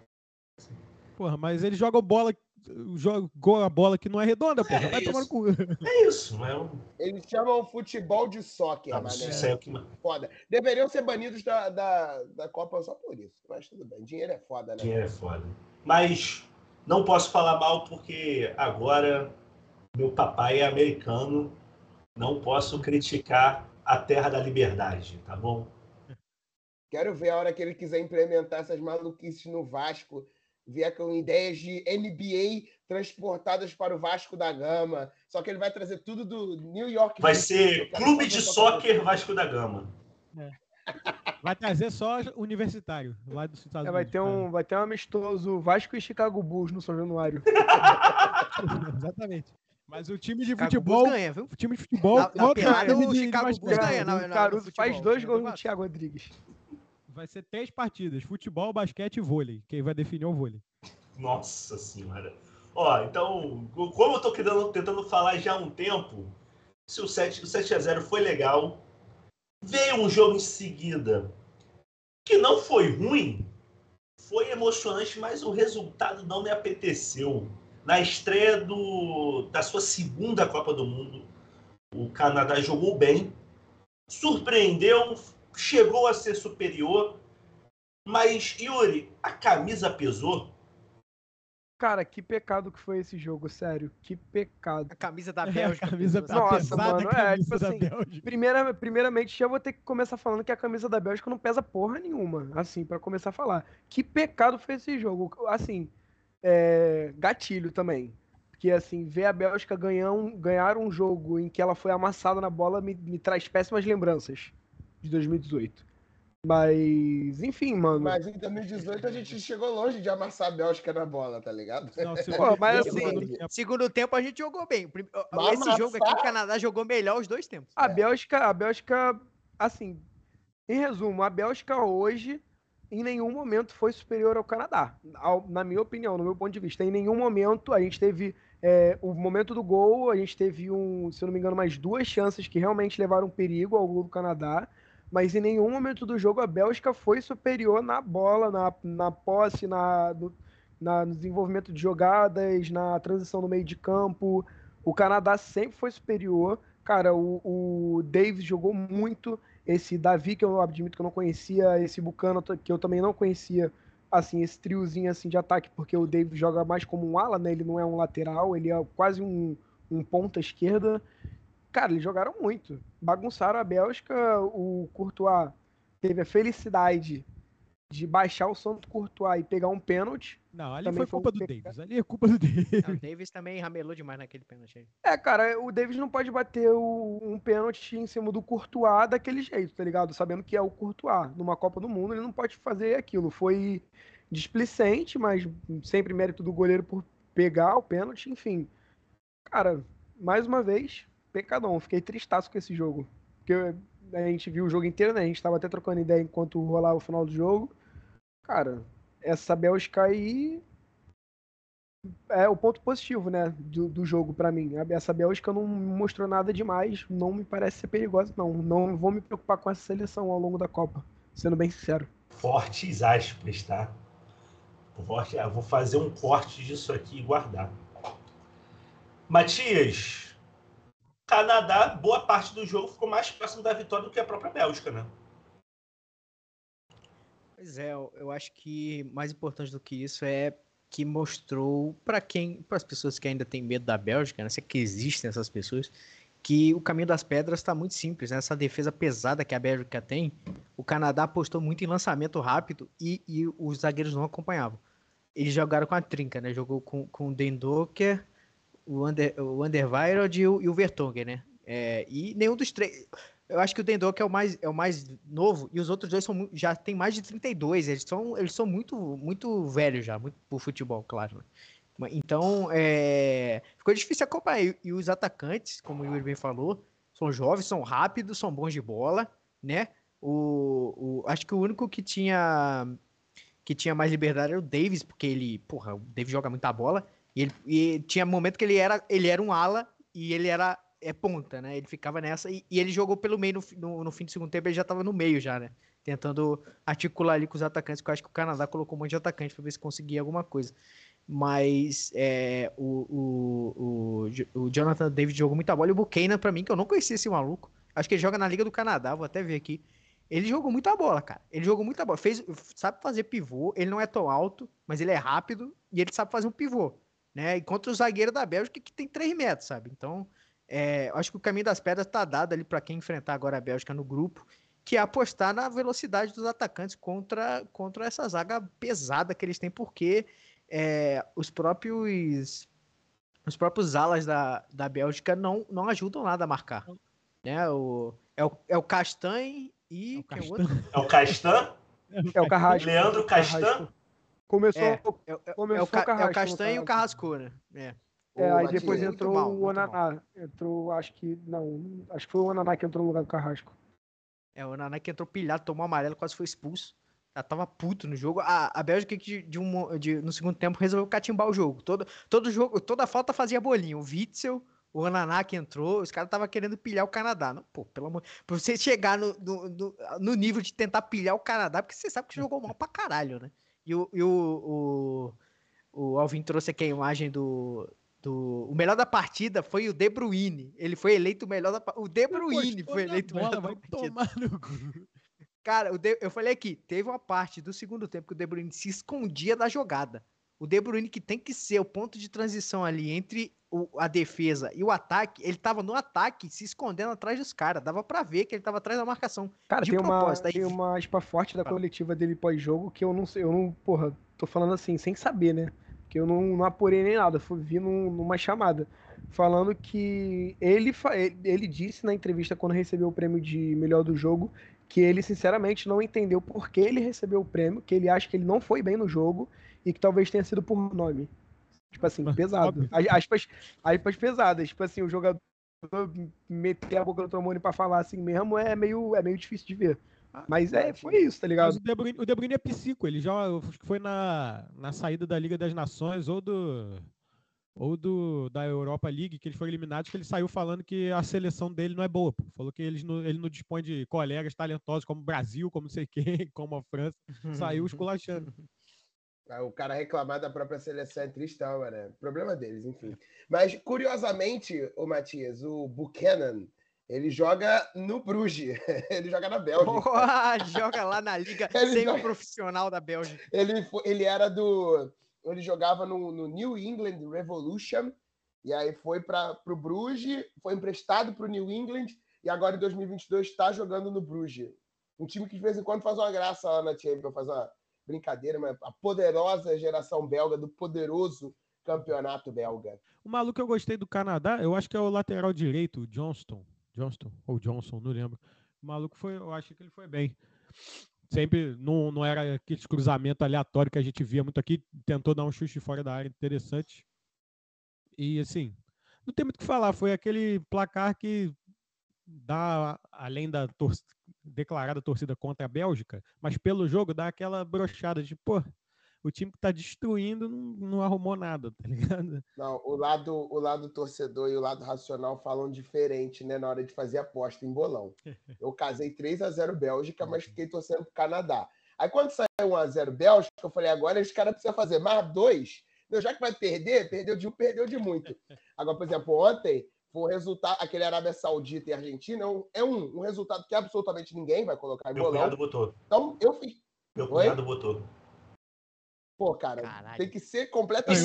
Porra, mas eles jogam a bola que não é redonda, porra. Vai tomar no cu. É isso, mas Eles chamam futebol de soccer, isso é o que... Foda. Deveriam ser banidos da Copa só por isso. Mas tudo bem. Dinheiro é foda, né? Dinheiro é foda. Mas não posso falar mal porque agora meu papai é americano. Não posso criticar a terra da liberdade, tá bom? Quero ver a hora que ele quiser implementar essas maluquices no Vasco, vier com ideias de NBA transportadas para o Vasco da Gama. Só que ele vai trazer tudo do New York. Vai ser Clube de Soccer Vasco da Gama. Vai trazer só universitário, lá dos Estados Unidos. Vai ter um amistoso Vasco e Chicago Bulls no São Januário. Exatamente. Mas o time de Chicago futebol... Bulls ganha, viu? O time de futebol... Na pelada, o Chicago Bulls ganha. O Caruso faz 2 gols no Thiago Rodrigues. Vai ser 3 partidas. Futebol, basquete e vôlei. Quem vai definir é o vôlei. Nossa senhora. Então, como eu tô tentando falar já há um tempo, se o 7-0 foi legal, veio um jogo em seguida que não foi ruim, foi emocionante, mas o resultado não me apeteceu. Na estreia da sua segunda Copa do Mundo, o Canadá jogou bem, surpreendeu, chegou a ser superior, mas, Yuri, a camisa pesou? Cara, que pecado que foi esse jogo, sério. Que pecado. A camisa da Bélgica. Nossa, mano, camisa tipo assim, da Bélgica. primeiramente, já vou ter que começar falando que a camisa da Bélgica não pesa porra nenhuma, assim, pra começar a falar. Que pecado foi esse jogo. Assim, gatilho também. Porque, assim, ver a Bélgica ganhar um jogo em que ela foi amassada na bola me traz péssimas lembranças de 2018. Mas, enfim, mano. Mas em 2018 a gente chegou longe de amassar a Bélgica na bola, tá ligado? Não, mas assim, segundo tempo a gente jogou bem. Mas Esse jogo aqui, o Canadá jogou melhor os 2 tempos. A Bélgica, assim, em resumo, a Bélgica hoje em nenhum momento foi superior ao Canadá. Na minha opinião, no meu ponto de vista. Em nenhum momento a gente teve o momento do gol, a gente teve se eu não me engano, mais 2 chances que realmente levaram perigo ao gol do Canadá. Mas em nenhum momento do jogo a Bélgica foi superior na bola, na posse, no desenvolvimento de jogadas, na transição no meio de campo. O Canadá sempre foi superior. Cara, o Davis jogou muito. Esse Davi, que eu admito que eu não conhecia, esse Buchanan, que eu também não conhecia, assim, esse triozinho assim, de ataque, porque o Davis joga mais como um ala, né? Ele não é um lateral, ele é quase um ponta esquerda. Cara, eles jogaram muito. Bagunçaram a Bélgica. O Courtois teve a felicidade de baixar o som do Courtois e pegar um pênalti. Não, ali Também foi culpa do pecado. Davis. Ali é culpa do Davis. Não, o Davis também ramelou demais naquele pênalti aí. Cara, o Davis não pode bater um pênalti em cima do Courtois daquele jeito, tá ligado? Sabendo que é o Courtois. Numa Copa do Mundo, ele não pode fazer aquilo. Foi displicente, mas sempre mérito do goleiro por pegar o pênalti, enfim. Cara, mais uma vez, pecadão. Fiquei tristaço com esse jogo. Porque a gente viu o jogo inteiro, né? A gente tava até trocando ideia enquanto rolava o final do jogo. Cara, essa Bélgica aí é o ponto positivo, né, do jogo pra mim. Essa Bélgica não mostrou nada demais, não me parece ser perigosa, não. Não vou me preocupar com essa seleção ao longo da Copa, sendo bem sincero. Fortes aspas, tá? Eu vou fazer um corte disso aqui e guardar. Matias, Canadá, boa parte do jogo ficou mais próximo da vitória do que a própria Bélgica, né? Pois é, eu acho que mais importante do que isso é que mostrou para as pessoas que ainda têm medo da Bélgica, né, se é que existem essas pessoas, que o caminho das pedras está muito simples, né? Essa defesa pesada que a Bélgica tem, o Canadá apostou muito em lançamento rápido e os zagueiros não acompanhavam. Eles jogaram com a trinca, né? Jogou com o Den Docker, o Anderweireld e o Vertonghen, né? E nenhum dos três... Eu acho que o Den Docker é o mais novo e os outros dois já tem mais de 32. Eles são muito, muito velhos já, muito pro futebol, claro. Né? Então, ficou difícil acompanhar. E os atacantes, como o Yuri bem falou, são jovens, são rápidos, são bons de bola, né? Acho que o único que tinha mais liberdade era o Davis, porque o Davis joga muita bola. E tinha momento que ele era um ala e ele era ponta, né? Ele ficava nessa e ele jogou pelo meio no fim do segundo tempo, ele já tava no meio já, né? Tentando articular ali com os atacantes, que eu acho que o Canadá colocou um monte de atacante para ver se conseguia alguma coisa. Mas o Jonathan David jogou muita bola e o Buchanan, pra mim, que eu não conhecia esse maluco, acho que ele joga na Liga do Canadá, vou até ver aqui. Ele jogou muita bola, cara. Ele jogou muita bola. Sabe fazer pivô, ele não é tão alto, mas ele é rápido e ele sabe fazer um pivô, né? E contra o zagueiro da Bélgica, que tem 3 metros, sabe? Então, acho que o caminho das pedras tá dado ali para quem enfrentar agora a Bélgica no grupo, que é apostar na velocidade dos atacantes contra essa zaga pesada que eles têm, porque os próprios alas da Bélgica não ajudam nada a marcar. Né? É o Castanhe e... É o quem é o outro? É o Castan? É o Carrasco. Leandro Castan? Começou o Carrasco. É o Castanhe e o Carrasco, né? Aí Matias, depois muito entrou mal, o muito Onaná. Acho que foi o Onaná que entrou no lugar do Carrasco. O Onaná que entrou pilhado, tomou amarelo, quase foi expulso. Já tava puto no jogo. A Bélgica no segundo tempo resolveu catimbar o jogo. Todo jogo, toda falta fazia bolinho. O Witzel, o Onaná que entrou, os caras estavam querendo pilhar o Canadá. Não, pô, pelo amor... Pra você chegar no nível de tentar pilhar o Canadá, porque você sabe que jogou mal pra caralho, né? E o Alvin trouxe aqui a imagem o melhor da partida foi o De Bruyne. Ele foi eleito o melhor da partida. O De Bruyne foi eleito o melhor da partida. Tomar no cu. Cara, eu falei aqui, teve uma parte do segundo tempo que o De Bruyne se escondia da jogada. O De Bruyne, que tem que ser o ponto de transição ali entre a defesa e o ataque, ele tava no ataque se escondendo atrás dos caras. Dava pra ver que ele tava atrás da marcação. Cara, de tem propósito. tem uma aspa forte da coletiva dele pós-jogo que eu não sei, porra, tô falando assim, sem saber, né? Que eu não apurei nem nada, vi numa chamada. Falando que ele disse na entrevista quando recebeu o prêmio de melhor do jogo que ele sinceramente não entendeu por que ele recebeu o prêmio, que ele acha que ele não foi bem no jogo e que talvez tenha sido por nome. Tipo assim, pesado. Aspas pesadas. Tipo assim, o jogador meter a boca no trombone pra falar assim mesmo é meio difícil de ver. Mas foi isso, tá ligado? Mas o De Bruyne é psico, ele já acho que foi na saída da Liga das Nações ou da Europa League, que eles foram eliminados, que ele saiu falando que a seleção dele não é boa. Pô. Falou que ele não dispõe de colegas talentosos como o Brasil, como não sei quem, como a França. Saiu esculachando. O cara reclamar da própria seleção é tristão, né? Problema deles, enfim. Mas, curiosamente, o Matias, o Buchanan, ele joga no Bruges. Ele joga na Bélgica. Joga lá na liga Ele semi-profissional da Bélgica. Ele era do... Ele jogava no New England Revolution, e aí foi para o Bruges, foi emprestado para o New England, e agora em 2022 está jogando no Bruges. Um time que de vez em quando faz uma graça lá na Champions, faz uma brincadeira, mas a poderosa geração belga, do poderoso campeonato belga. O maluco que eu gostei do Canadá, eu acho que é o lateral direito, Johnston ou Johnson, não lembro. O maluco eu acho que ele foi bem. Sempre não era aquele cruzamento aleatório que a gente via muito aqui, tentou dar um chute fora da área interessante. E assim, não tem muito o que falar, foi aquele placar que dá, além da declarada torcida contra a Bélgica, mas pelo jogo dá aquela brochada de, pô, o time que tá destruindo não arrumou nada, tá ligado? Não, o lado torcedor e o lado racional falam diferente, né, na hora de fazer aposta em bolão. Eu casei 3-0 Bélgica, mas fiquei torcendo pro Canadá. Aí quando saiu 1-0 Bélgica, eu falei, agora os caras precisam fazer mais 2. Já que vai perder, perdeu de um, perdeu de muito. Agora, por exemplo, ontem foi um resultado, aquele Arábia Saudita e Argentina, é um resultado que absolutamente ninguém vai colocar em bolão. Meu cunhado botou. Então, eu fiz. Meu cunhado botou. Pô, cara, Caralho. tem que ser completamente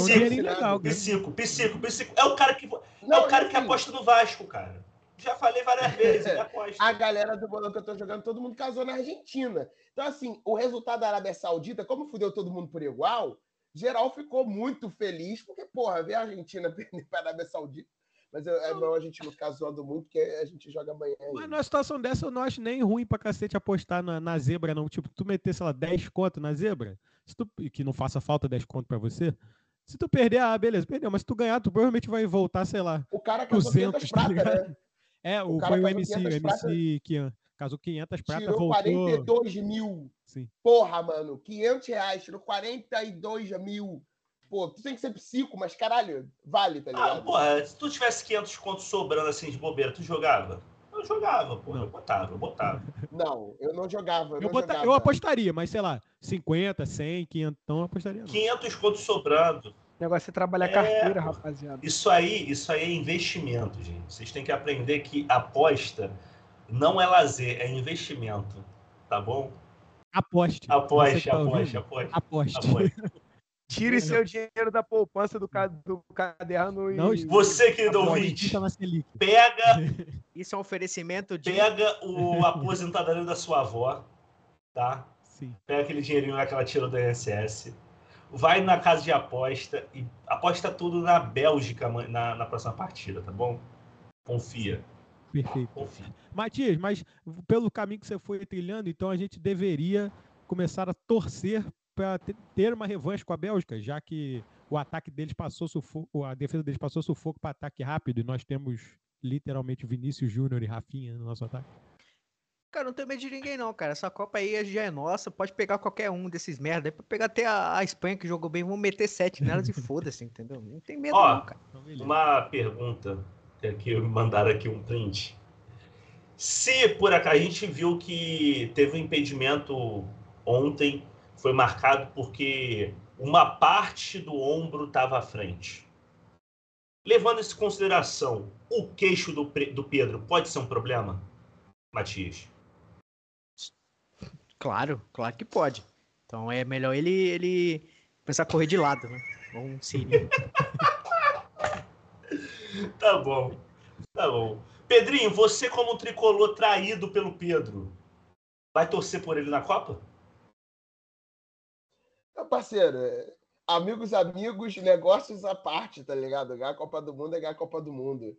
Psico. É o cara que, que aposta no Vasco, cara. Já falei várias vezes, ele aposta. A galera do bolão que eu tô jogando, todo mundo casou na Argentina. Então, assim, o resultado da Arábia Saudita, como fudeu todo mundo por igual, geral ficou muito feliz, porque, porra, ver a Argentina perder para a Arábia Saudita. Mas é bom a gente não ficar zoando muito, porque a gente joga amanhã. Mas numa situação dessa, eu não acho nem ruim pra cacete apostar na zebra, não. Tipo, tu meter, sei lá, 10 conto na zebra, que não faça falta 10 conto pra você. Se tu perder, beleza, perdeu. Mas se tu ganhar, tu provavelmente vai voltar, sei lá, o cara casou 500 prata, né? Foi o MC Kian. Casou 500 prata, tirou voltou... 42 mil. Sim. Porra, mano, 500 reais, tirou 42 mil. Pô, tu tem que ser psico, mas caralho, vale, tá ligado? Porra, se tu tivesse 500 contos sobrando assim de bobeira, tu jogava? Eu jogava, porra, eu botava. Não, eu não jogava. Eu apostaria, mas sei lá, 50, 100, 500, então eu apostaria. Não. 500 contos sobrando. O negócio é trabalhar carteira, rapaziada. Isso aí é investimento, gente. Vocês têm que aprender que aposta não é lazer, é investimento, tá bom? Aposte. Tire seu dinheiro da poupança do caderno e... Não, você, querido ouvinte, pega... Isso é um oferecimento de... Pega o aposentadoria da sua avó, tá? Sim. Pega aquele dinheirinho lá que ela tirou do INSS. Vai na casa de aposta e aposta tudo na Bélgica na próxima partida, tá bom? Confia. Perfeito. Confia. Matias, mas pelo caminho que você foi trilhando, então a gente deveria começar a torcer para ter uma revanche com a Bélgica, já que o ataque deles passou sufoco, a defesa deles passou sufoco para ataque rápido e nós temos literalmente Vinícius Júnior e Rafinha no nosso ataque. Cara, não tem medo de ninguém não, cara. Essa Copa aí já é nossa, pode pegar qualquer um desses merda. Pode pegar até a Espanha que jogou bem, vamos meter 7 nelas e foda-se, entendeu? Não tem medo não, cara. Uma pergunta, que me mandaram aqui um print. Se por acaso a gente viu que teve um impedimento ontem, foi marcado porque uma parte do ombro estava à frente. Levando isso em consideração, o queixo do Pedro pode ser um problema, Matias? Claro que pode. Então é melhor ele começar a correr de lado, né? Um Siri. Tá bom. Pedrinho, você como um tricolor traído pelo Pedro, vai torcer por ele na Copa? Parceiro, amigos, negócios à parte, tá ligado? Ganhar a Copa do Mundo é ganhar a Copa do Mundo.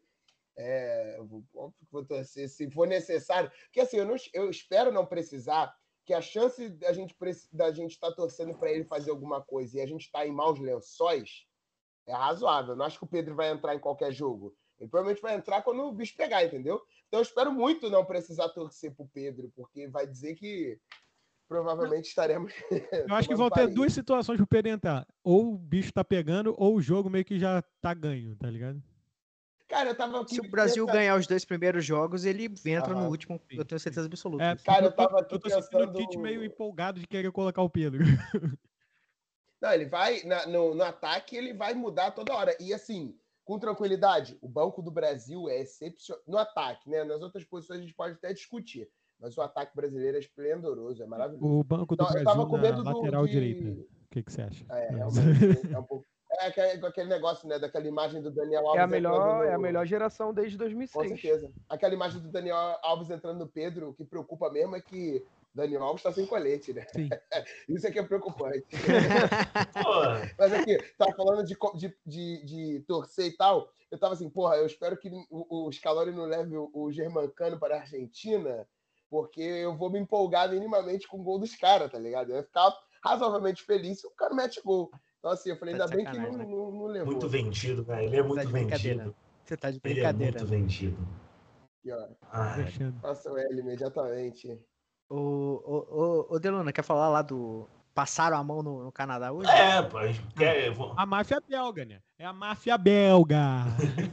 Vou torcer, se for necessário. Porque assim, eu espero não precisar, que a chance da gente estar torcendo para ele fazer alguma coisa e a gente estar em maus lençóis é razoável. Eu não acho que o Pedro vai entrar em qualquer jogo. Ele provavelmente vai entrar quando o bicho pegar, entendeu? Então eu espero muito não precisar torcer pro Pedro, porque vai dizer que provavelmente estaremos... Eu acho que vão ter duas situações pro Pedro entrar. Ou o bicho tá pegando, ou o jogo meio que já tá ganho, tá ligado? Cara, eu tava aqui... Se o Brasil ganhar os 2 primeiros jogos, ele entra no último, eu tenho certeza absoluta. Cara, eu tava aqui pensando... Eu tô sentindo o Tite meio empolgado de querer colocar o Pedro. Não, ele vai, no ataque, ele vai mudar toda hora. E assim, com tranquilidade, o Banco do Brasil é excepcional. No ataque, né? Nas outras posições a gente pode até discutir. Mas o ataque brasileiro é esplendoroso, é maravilhoso. O Banco do Então, eu Brasil tava com na medo lateral direita. O que você acha? Realmente, é um pouco. Aquele negócio, né? Daquela imagem do Daniel Alves. É a melhor geração desde 2006. Com certeza. Aquela imagem do Daniel Alves entrando no Pedro, o que preocupa mesmo é que Daniel Alves está sem colete, né? Sim. Isso é que é preocupante. Pô, Mas aqui, tava falando de torcer e tal. Eu tava assim, porra, eu espero que o Scaloni não leve o Germancano para a Argentina, porque eu vou me empolgar minimamente com o gol dos caras, tá ligado? Eu ia ficar razoavelmente feliz se o cara mete gol. Então, assim, eu falei, Tá ainda de bem que sacanagem, não levou. muito vendido, né? Ele é Tá muito de brincadeira. vendido. Você tá de Ele é brincadeira. muito vendido. Aqui, ó. Ai, Alexandre. Passa o L imediatamente. Ô, Deluna, quer falar lá do... Passaram a mão no Canadá hoje? pô, a gente quer. A máfia belga, né? É a máfia belga.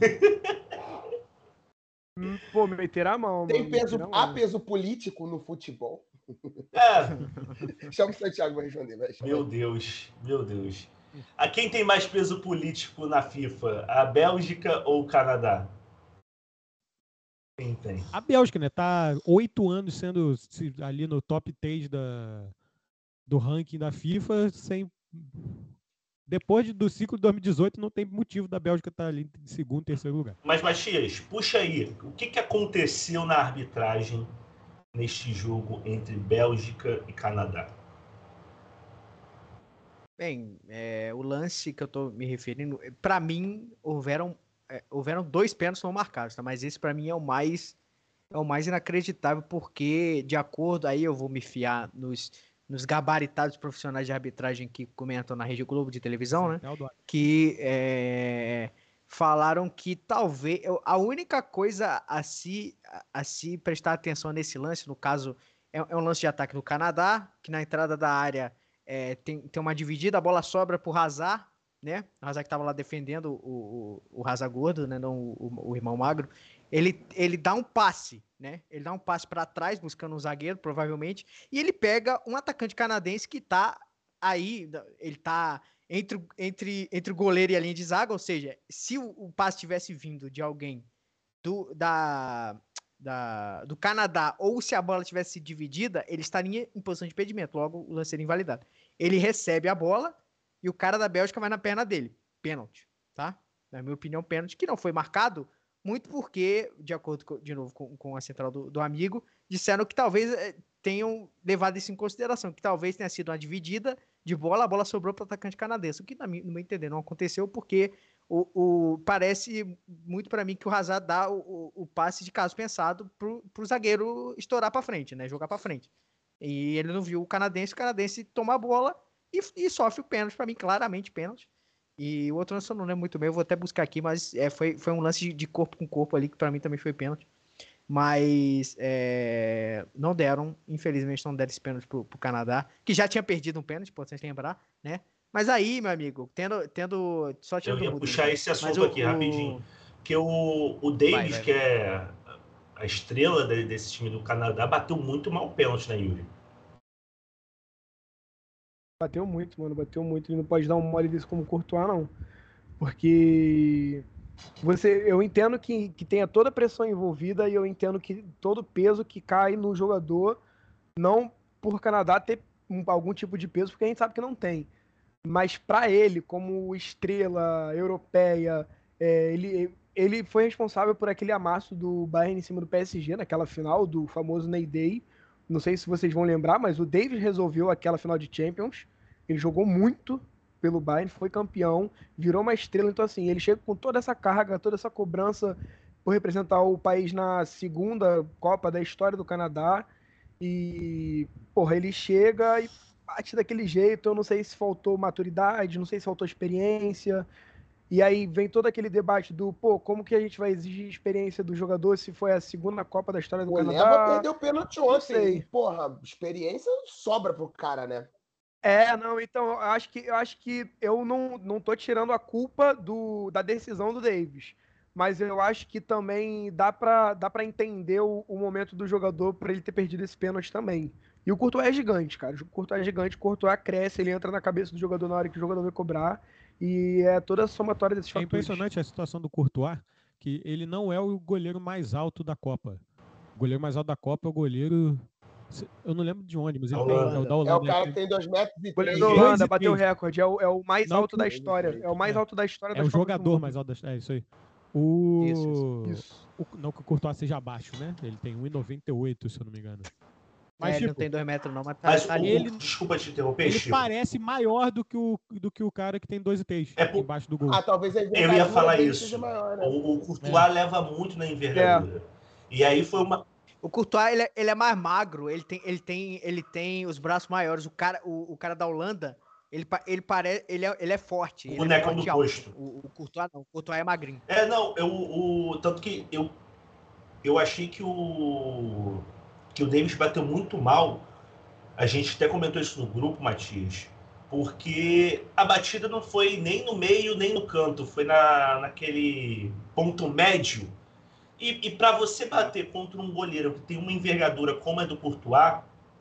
Pô, meteram a mão, Tem mano. peso, meteram a há mão. peso político no futebol? Chama o Santiago para responder. Vai, chama Meu ele. Deus, meu Deus. A quem tem mais peso político na FIFA? A Bélgica ou o Canadá? Quem tem? A Bélgica, né? Tá 8 anos sendo ali no top 3 do ranking da FIFA, sem... Depois do ciclo de 2018, não tem motivo da Bélgica estar ali em segundo, terceiro lugar. Mas, Matias, puxa aí. O que aconteceu na arbitragem neste jogo entre Bélgica e Canadá? Bem, o lance que eu tô me referindo, pra mim, houveram 2 pênaltis não marcados, tá? Mas esse pra mim é o mais inacreditável, porque, de acordo, aí eu vou me fiar nos gabaritados profissionais de arbitragem que comentam na Rede Globo de televisão, né? Que falaram que talvez a única coisa a se prestar atenção nesse lance, no caso, é um lance de ataque do Canadá, que na entrada da área tem uma dividida, a bola sobra pro Hazard, né? O Hazard que tava lá defendendo o Hazard gordo, né? Não o irmão magro. Ele dá um passe, né? Ele dá um passe para trás, buscando um zagueiro, provavelmente, e ele pega um atacante canadense que tá aí, ele tá entre o goleiro e a linha de zaga, ou seja, se o passe tivesse vindo de alguém do Canadá, ou se a bola tivesse sido dividida, ele estaria em posição de impedimento, logo o lance seria invalidado. Ele recebe a bola e o cara da Bélgica vai na perna dele. Pênalti, tá? Na minha opinião, pênalti, que não foi marcado, muito porque, de acordo, de novo, com a central do amigo, disseram que talvez tenham levado isso em consideração, que talvez tenha sido uma dividida de bola, a bola sobrou para o atacante canadense, o que, no meu entender, não aconteceu, porque parece muito para mim que o Hazard dá o passe de caso pensado pro zagueiro estourar para frente, né? Jogar para frente. E ele não viu o canadense toma a bola e sofre o pênalti, para mim, claramente pênalti. E o outro lance eu não lembro muito bem, eu vou até buscar aqui, mas foi um lance de corpo com corpo ali, que para mim também foi pênalti. Mas não deram, infelizmente não deram esse pênalti pro Canadá, que já tinha perdido um pênalti, importante lembrar, né? Mas aí, meu amigo, tendo só Eu ia puxar esse assunto aqui rapidinho. Porque o Davis, que é a estrela desse time do Canadá, bateu muito mal o pênalti, né, Yuri? Bateu muito, mano. Bateu muito. Ele não pode dar um mole desse como Courtois, não. Porque eu entendo que tenha toda a pressão envolvida e eu entendo que todo o peso que cai no jogador, não por Canadá ter algum tipo de peso, porque a gente sabe que não tem. Mas para ele, como estrela europeia, ele foi responsável por aquele amasso do Bayern em cima do PSG, naquela final do famoso Ney Day. Não sei se vocês vão lembrar, mas o Davis resolveu aquela final de Champions. Ele jogou muito pelo Bayern, foi campeão, virou uma estrela. Então, assim, ele chega com toda essa carga, toda essa cobrança por representar o país na segunda Copa da história do Canadá. E, porra, ele chega e bate daquele jeito. Eu não sei se faltou maturidade, não sei se faltou experiência. E aí vem todo aquele debate do, como que a gente vai exigir experiência do jogador se foi a segunda Copa da história do Canadá? O Leva perdeu o pênalti ontem. E, porra, experiência sobra pro cara, né? Não, então eu acho que eu não tô tirando a culpa da decisão do Davis, mas eu acho que também dá pra entender o momento do jogador para ele ter perdido esse pênalti também. E o Courtois é gigante, cara. O Courtois é gigante, o Courtois cresce, ele entra na cabeça do jogador na hora que o jogador vai cobrar. E é toda a somatória desses É fatores. impressionante a situação do Courtois, que ele não é o goleiro mais alto da Copa. O goleiro mais alto da Copa é o goleiro... Eu não lembro de onde, mas ele tem, é o da É Holanda. o cara que tem 2 metros e O goleiro 3. da Dois Holanda e bateu o três. recorde, é o mais Não, alto da história. É o mais alto da história É das o Copas do jogador Mundo. mais alto da... É isso aí. Isso. Não que o Courtois seja baixo, né? Ele tem 1,98, se eu não me engano. Mas, Ele não tipo, tem 2 metros não, mas Mas tá ali. desculpa te interromper, ele Chico. parece maior do que o cara que tem 2 e 3 embaixo do gol. Talvez a Eu envergadura ia falar dele isso. seja maior, né? O Courtois leva muito na envergadura. E aí foi uma... O Courtois, ele é mais magro, ele tem os braços maiores. O cara da Holanda, ele é forte. O Ele é bonecão forte do alto. posto. O Courtois não, o Courtois é magrinho. Não, tanto que eu achei que o Davis bateu muito mal. A gente até comentou isso no grupo, Matias, porque a batida não foi nem no meio, nem no canto, foi naquele ponto médio. E para você bater contra um goleiro que tem uma envergadura como a do Courtois,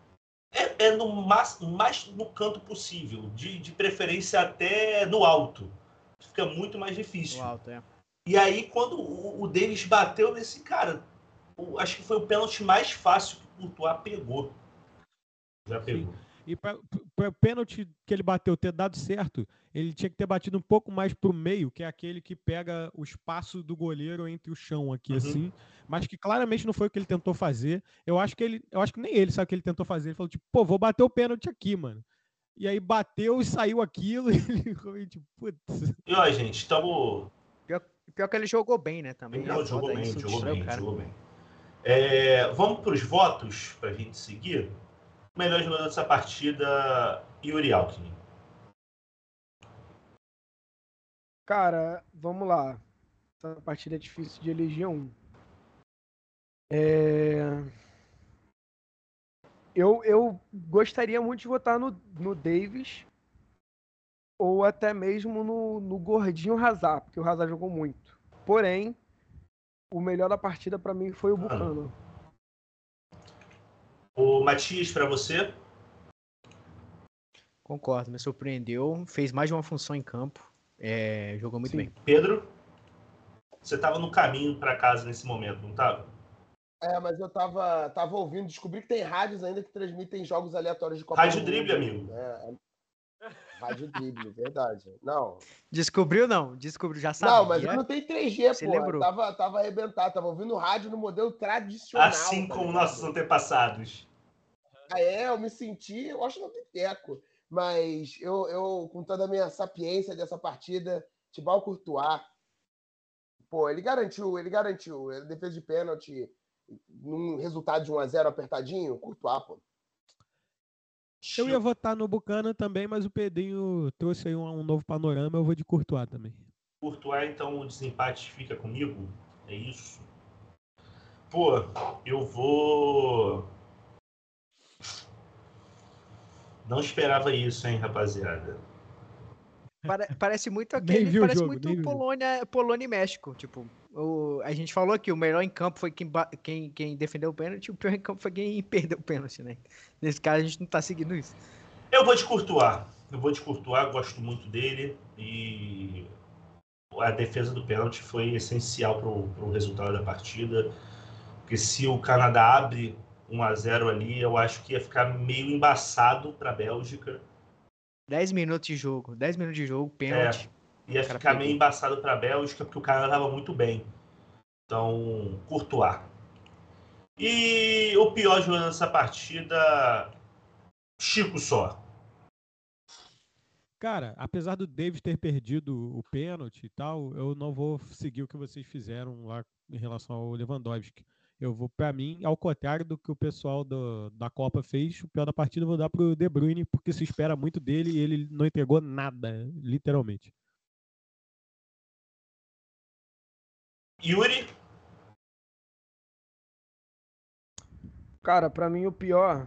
é no mais no canto possível, de preferência até no alto. Fica muito mais difícil. No alto, é. E aí, quando o Davis bateu nesse cara, acho que foi o pênalti mais fácil que o Courtois pegou. Já pegou. E para o pênalti que ele bateu ter dado certo, ele tinha que ter batido um pouco mais pro meio, que é aquele que pega o espaço do goleiro entre o chão aqui, assim. Mas que claramente não foi o que ele tentou fazer. Eu acho que nem ele sabe o que ele tentou fazer. Ele falou, tipo, pô, vou bater o pênalti aqui, mano. E aí bateu e saiu aquilo. E ele ficou tipo, putz. E ó, gente, estamos... Pior que ele jogou bem, né? Também. Não, É jogou foda, bem, isso jogou destrói bem, o cara. jogou bem. Vamos para os votos, para a gente seguir. O melhor jogador dessa partida, Yuri Alckmin. Cara, vamos lá. Essa partida é difícil de eleger um. Eu gostaria muito de votar no Davis ou até mesmo no gordinho Hazard, porque o Hazard jogou muito. Porém, o melhor da partida pra mim foi o Buchanan. O Matias, para você? Concordo, me surpreendeu. Fez mais de uma função em campo. Jogou muito bem. Pedro? Você estava no caminho para casa nesse momento, não estava? Mas eu tava ouvindo, descobri que tem rádios ainda que transmitem jogos aleatórios de Copa Rádio do Drible, Mundo, amigo. Rádio Drible, verdade. Não. Descobriu, não? Descobriu, já sabia. Não, mas eu não tenho 3G, Você pô. lembrou. Tava arrebentado, tava ouvindo rádio no modelo tradicional. Assim tá como ligado? nossos antepassados. Eu me senti, eu acho que não tem teco. Mas eu, com toda a minha sapiência dessa partida, Thibaut Courtois, pô, ele garantiu. Defesa de pênalti, num resultado de 1-0 apertadinho, Courtois, pô. Eu ia votar no Buchanan também, mas o Pedrinho trouxe aí um novo panorama, eu vou de Courtois também. Courtois, então o desempate fica comigo? É isso? Pô, eu vou... Não esperava isso, hein, rapaziada. Parece muito Nem aquele. vi o Parece jogo, muito nem vi o Polônia e México. Tipo, a gente falou que o melhor em campo foi quem defendeu o pênalti, o pior em campo foi quem perdeu o pênalti, né? Nesse caso, a gente não tá seguindo isso. Eu vou de Courtois, gosto muito dele e a defesa do pênalti foi essencial para o resultado da partida, porque se o Canadá abre 1-0 ali, eu acho que ia ficar meio embaçado para a Bélgica. 10 minutos de jogo, pênalti. Ia ficar meio embaçado para a Bélgica, porque o Canadá estava muito bem. Então, Courtois. E o pior jogador dessa partida, Chico só. Cara, apesar do Davis ter perdido o pênalti e tal, eu não vou seguir o que vocês fizeram lá em relação ao Lewandowski. Eu vou, pra mim, ao contrário do que o pessoal da Copa fez, o pior da partida eu vou dar pro De Bruyne, porque se espera muito dele e ele não entregou nada, literalmente. Yuri? Cara, pra mim o pior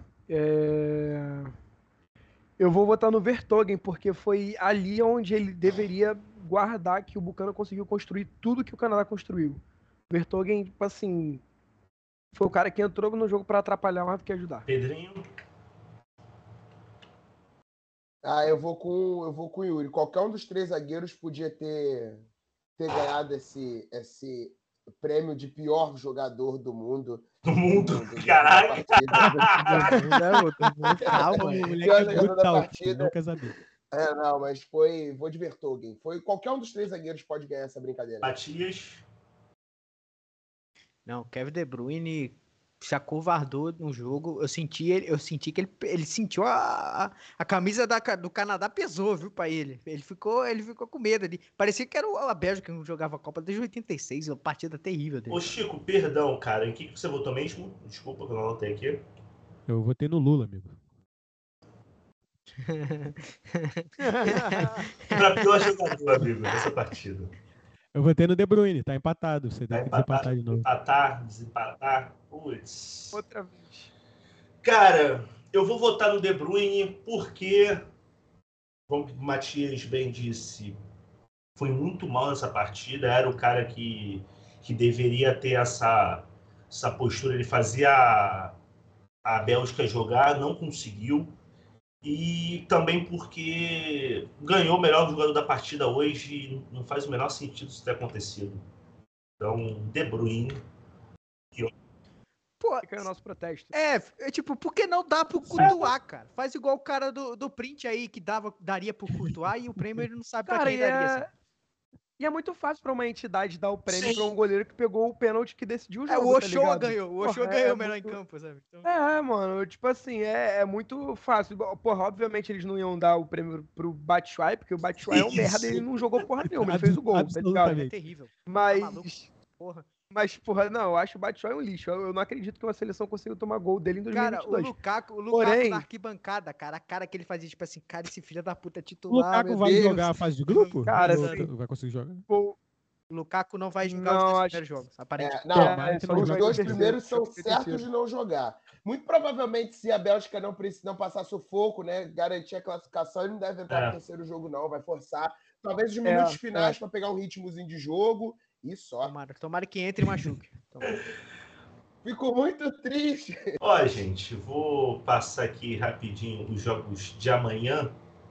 eu vou votar no Vertonghen, porque foi ali onde ele deveria guardar que o Buchanan conseguiu construir tudo que o Canadá construiu. O Vertonghen, tipo assim, foi o cara que entrou no jogo pra atrapalhar mais do que ajudar. Pedrinho? Eu vou com o Yuri. Qualquer um dos 3 zagueiros podia ter ganhado esse prêmio de pior jogador do mundo. Do mundo, da caralho. Calma, O moleque Pior é jogador da brutal, partida. não quer saber. Não, mas vou de Vertonghen. Qualquer um dos 3 zagueiros pode ganhar essa brincadeira. Matias. Não, Kevin De Bruyne se acovardou no jogo. Eu senti que ele sentiu a camisa do Canadá pesou, viu, pra ele. Ele ficou com medo ali. Parecia que era a Bélgica que não jogava a Copa desde 86, uma partida terrível dele. Ô, Chico, perdão, cara. Em que você votou mesmo? Desculpa que eu não anotei aqui. Eu votei no Lula, amigo. Pra pior jogador, amigo, dessa partida. Eu votei no De Bruyne, tá empatado. Você tem Vai que desempatar de novo. Desempatar. Putz. Outra vez. Cara, eu vou votar no De Bruyne porque, como o Matias bem disse, foi muito mal nessa partida. Era o cara que deveria ter essa postura. Ele fazia a Bélgica jogar, não conseguiu. E também porque ganhou o melhor jogador da partida hoje e não faz o menor sentido isso ter acontecido. Então, De Bruyne. Pô, fica aí o nosso protesto. Tipo, por que não dá pro Courtois, cara? Faz igual o cara do print aí, que daria pro Courtois e o prêmio ele não sabe pra quem daria. Assim. E é muito fácil pra uma entidade dar o prêmio Sim. pra um goleiro que pegou o pênalti que decidiu o jogo, O Ochoa tá ganhou. O Ochoa ganhou o melhor muito... em campo, sabe? Então... mano, tipo assim, é muito fácil. Porra, obviamente eles não iam dar o prêmio pro Batshuayi, porque o Batshuayi é um merda e ele não jogou porra nenhuma, ele fez o gol, tá ligado? É terrível. Mas... Porra. Mas, porra, não, eu acho o Batshuayi um lixo. Eu não acredito que uma seleção consiga tomar gol dele em 2022. Cara, o Lukaku na arquibancada, cara, a cara que ele fazia, tipo assim, cara, esse filho da puta é O titular, Lukaku vai jogar a fase de grupo? Cara, vai conseguir jogar? Pô, o Lukaku não vai jogar os 2 primeiros jogos, aparentemente. Os 2 primeiros são certos de não jogar. Muito provavelmente, se a Bélgica não passar sufoco, né, garantir a classificação, ele não deve entrar no 3º jogo, não. Vai forçar. Talvez os minutos finais para pegar um ritmozinho de jogo e só. Tomara que entre e machuque. Fico muito triste. Ó, gente, vou passar aqui rapidinho os jogos de amanhã.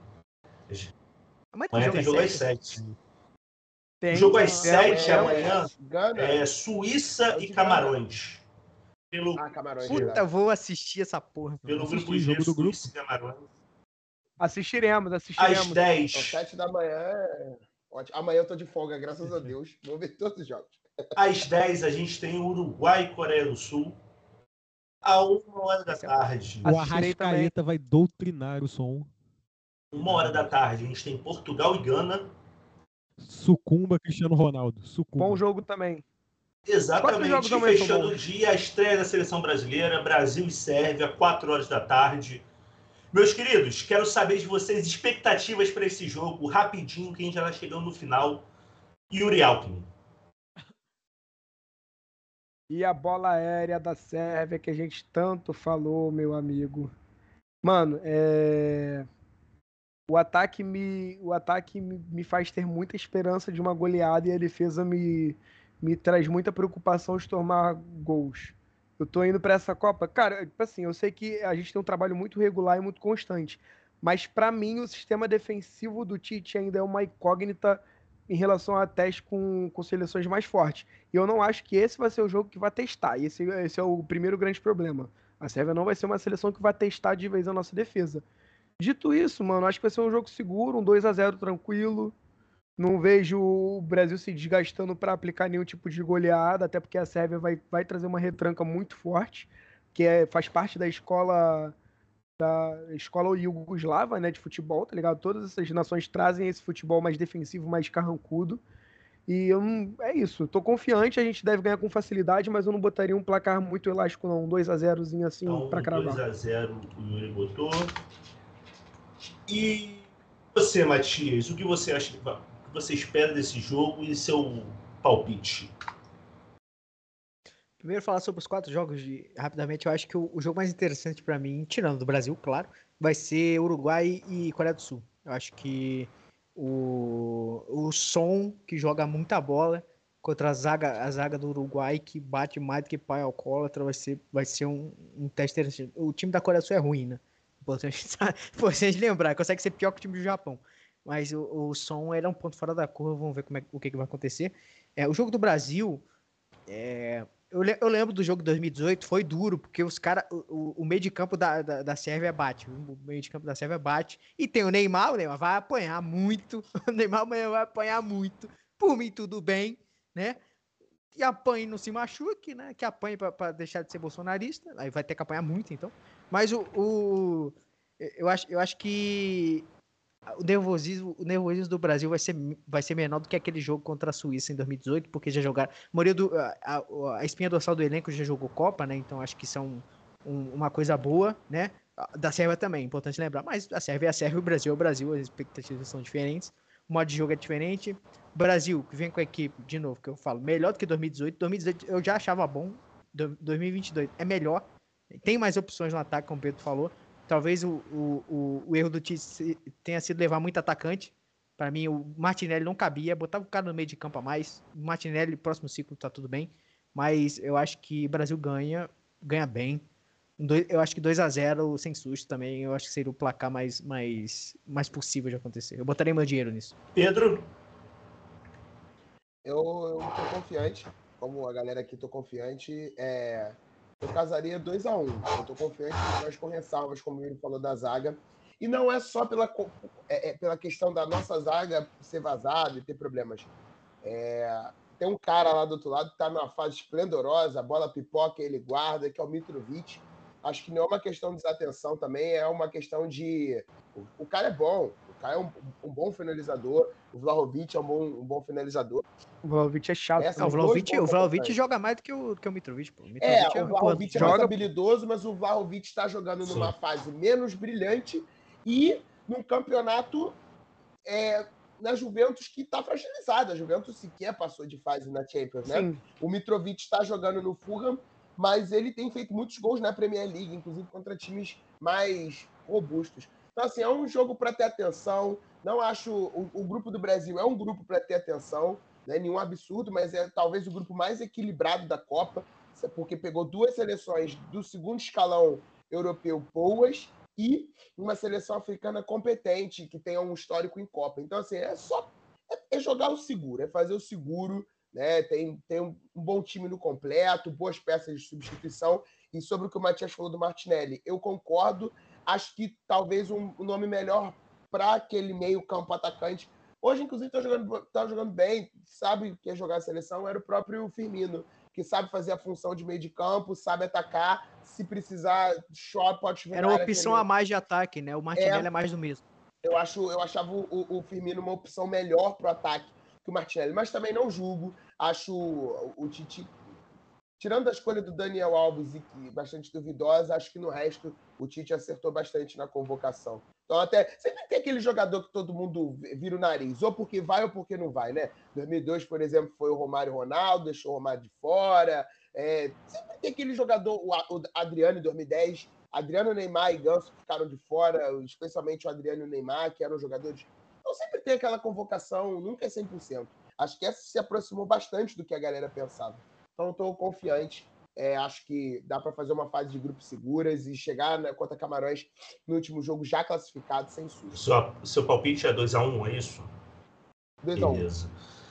Amanhã tem jogo às 7. O jogo às 7 amanhã é Suíça e Camarões. Camarões. Puta, vou assistir essa porra. Pelo grupo G, Suíça e Camarões. Assistiremos. Às 10. Então, 7 da manhã ótimo. Amanhã eu tô de folga, graças a Deus. Vou ver todos os jogos. Às 10 a gente tem Uruguai e Coreia do Sul. À 1h da tarde. O Arrascaeta vai doutrinar o som. 1h da tarde a gente tem Portugal e Gana. Sucumba Cristiano Ronaldo. Sucumba. Bom jogo também. Exatamente. Fechando o dia, a estreia da seleção brasileira, Brasil e Sérvia, 4h da tarde. Meus queridos, quero saber de vocês expectativas para esse jogo, rapidinho, que a gente já está chegando no final. Yuri Alckmin. E a bola aérea da Sérvia que a gente tanto falou, meu amigo. Mano, o ataque me faz ter muita esperança de uma goleada e a defesa me traz muita preocupação de tomar gols. Eu tô indo para essa Copa, cara, tipo assim, eu sei que a gente tem um trabalho muito regular e muito constante, mas para mim o sistema defensivo do Tite ainda é uma incógnita em relação a teste com seleções mais fortes. E eu não acho que esse vai ser o jogo que vai testar. E esse é o primeiro grande problema. A Sérvia não vai ser uma seleção que vai testar de vez a nossa defesa. Dito isso, mano, acho que vai ser um jogo seguro, um 2-0 tranquilo. Não vejo o Brasil se desgastando para aplicar nenhum tipo de goleada, até porque a Sérvia vai trazer uma retranca muito forte, que faz parte da escola iugoslava, né, de futebol, tá ligado? Todas essas nações trazem esse futebol mais defensivo, mais carrancudo. E é isso. Tô confiante, a gente deve ganhar com facilidade, mas eu não botaria um placar muito elástico, não. Um 2-0zinho assim então, pra cravar. 2-0 o Yuri botou. E você, Matias, o que você acha, o que você espera desse jogo e seu palpite? Primeiro falar sobre os 4 jogos rapidamente. Eu acho que o jogo mais interessante pra mim, tirando do Brasil, claro, vai ser Uruguai e Coreia do Sul. Eu acho que o Son, que joga muita bola, contra a zaga do Uruguai, que bate mais do que pai alcoólatra, vai ser um teste interessante. O time da Coreia do Sul é ruim, né? Importante lembrar, consegue ser pior que o time do Japão. Mas o som era um ponto fora da curva, vamos ver o que vai acontecer. O jogo do Brasil, eu lembro do jogo de 2018, foi duro, porque os caras, o meio de campo da Sérvia bate, o meio de campo da Sérvia bate, e tem o Neymar vai apanhar muito, o Neymar amanhã vai apanhar muito, por mim tudo bem, né? Que apanhe não se machuque, né? Que apanhe pra deixar de ser bolsonarista. Aí vai ter que apanhar muito, então. Mas eu acho que o nervosismo do Brasil vai ser menor do que aquele jogo contra a Suíça em 2018, porque já jogaram. A maioria a espinha dorsal do elenco já jogou Copa, né? Então acho que são uma coisa boa, né? Da Sérvia também, importante lembrar. Mas a Sérvia é a Sérvia, o Brasil é o Brasil, as expectativas são diferentes. O modo de jogo é diferente. Brasil, que vem com a equipe, de novo, que eu falo, melhor do que 2018. 2018 eu já achava bom. 2022 é melhor. Tem mais opções no ataque, como o Pedro falou. Talvez o erro do Tite tenha sido levar muito atacante. Para mim, o Martinelli não cabia. Botava o cara no meio de campo a mais. O Martinelli, próximo ciclo, tá tudo bem. Mas eu acho que o Brasil ganha bem. Eu acho que 2-0 sem susto também. Eu acho que seria o placar mais possível de acontecer. Eu botaria meu dinheiro nisso. Pedro? Eu tô confiante, como a galera aqui tô confiante. Eu casaria 2-1. Eu tô confiante, mas com ressalvas, como ele falou da zaga. E não é só pela questão da nossa zaga ser vazada e ter problemas. Tem um cara lá do outro lado que tá numa fase esplendorosa, a bola pipoca, ele guarda, que é o Mitrovic. Acho que não é uma questão de desatenção também, é uma questão de... O cara é bom, o cara é um bom finalizador, o Vlahovic é um bom finalizador. O Vlahovic é chato. O Vlahovic joga mais do que o Mitrovic. Pô. O Vlahovic é mais habilidoso, mas o Vlahovic está jogando numa fase menos brilhante e num campeonato na Juventus que está fragilizada. A Juventus sequer passou de fase na Champions, né? Sim. O Mitrovic está jogando no Fulham, mas ele tem feito muitos gols na Premier League, inclusive contra times mais robustos. Então, assim, é um jogo para ter atenção. Não acho... O grupo do Brasil é um grupo para ter atenção, não é nenhum absurdo, mas é talvez o grupo mais equilibrado da Copa, porque pegou duas seleções do segundo escalão europeu boas e uma seleção africana competente, que tenha um histórico em Copa. Então, assim, é jogar o seguro, é fazer o seguro, né? Tem um bom time no completo, boas peças de substituição. E sobre o que o Matias falou do Martinelli, eu concordo. Acho que talvez um nome melhor para aquele meio-campo atacante. Hoje, inclusive, tá jogando bem, sabe o que é jogar a seleção, era o próprio Firmino, que sabe fazer a função de meio de campo, sabe atacar, se precisar, pode chover. Era uma opção a mais de ataque, né? O Martinelli é mais do mesmo. Eu achava o Firmino uma opção melhor para o ataque que o Martinelli, mas também não julgo. Acho o Tite, tirando a escolha do Daniel Alves, e que bastante duvidosa, acho que no resto o Tite acertou bastante na convocação. Então, até sempre tem aquele jogador que todo mundo vira o nariz, ou porque vai ou porque não vai, né? 2002, por exemplo, foi o Romário e Ronaldo, deixou o Romário de fora. Sempre tem aquele jogador, o Adriano em 2010, Adriano, Neymar e Ganso ficaram de fora, especialmente o Adriano e o Neymar, que eram jogadores. Então sempre tem aquela convocação, nunca é 100%. Acho que essa se aproximou bastante do que a galera pensava. Então, estou confiante. Acho que dá para fazer uma fase de grupos seguras e chegar contra Camarões no último jogo já classificado, sem susto. Seu palpite é 2-1, é isso? 2-1. Beleza.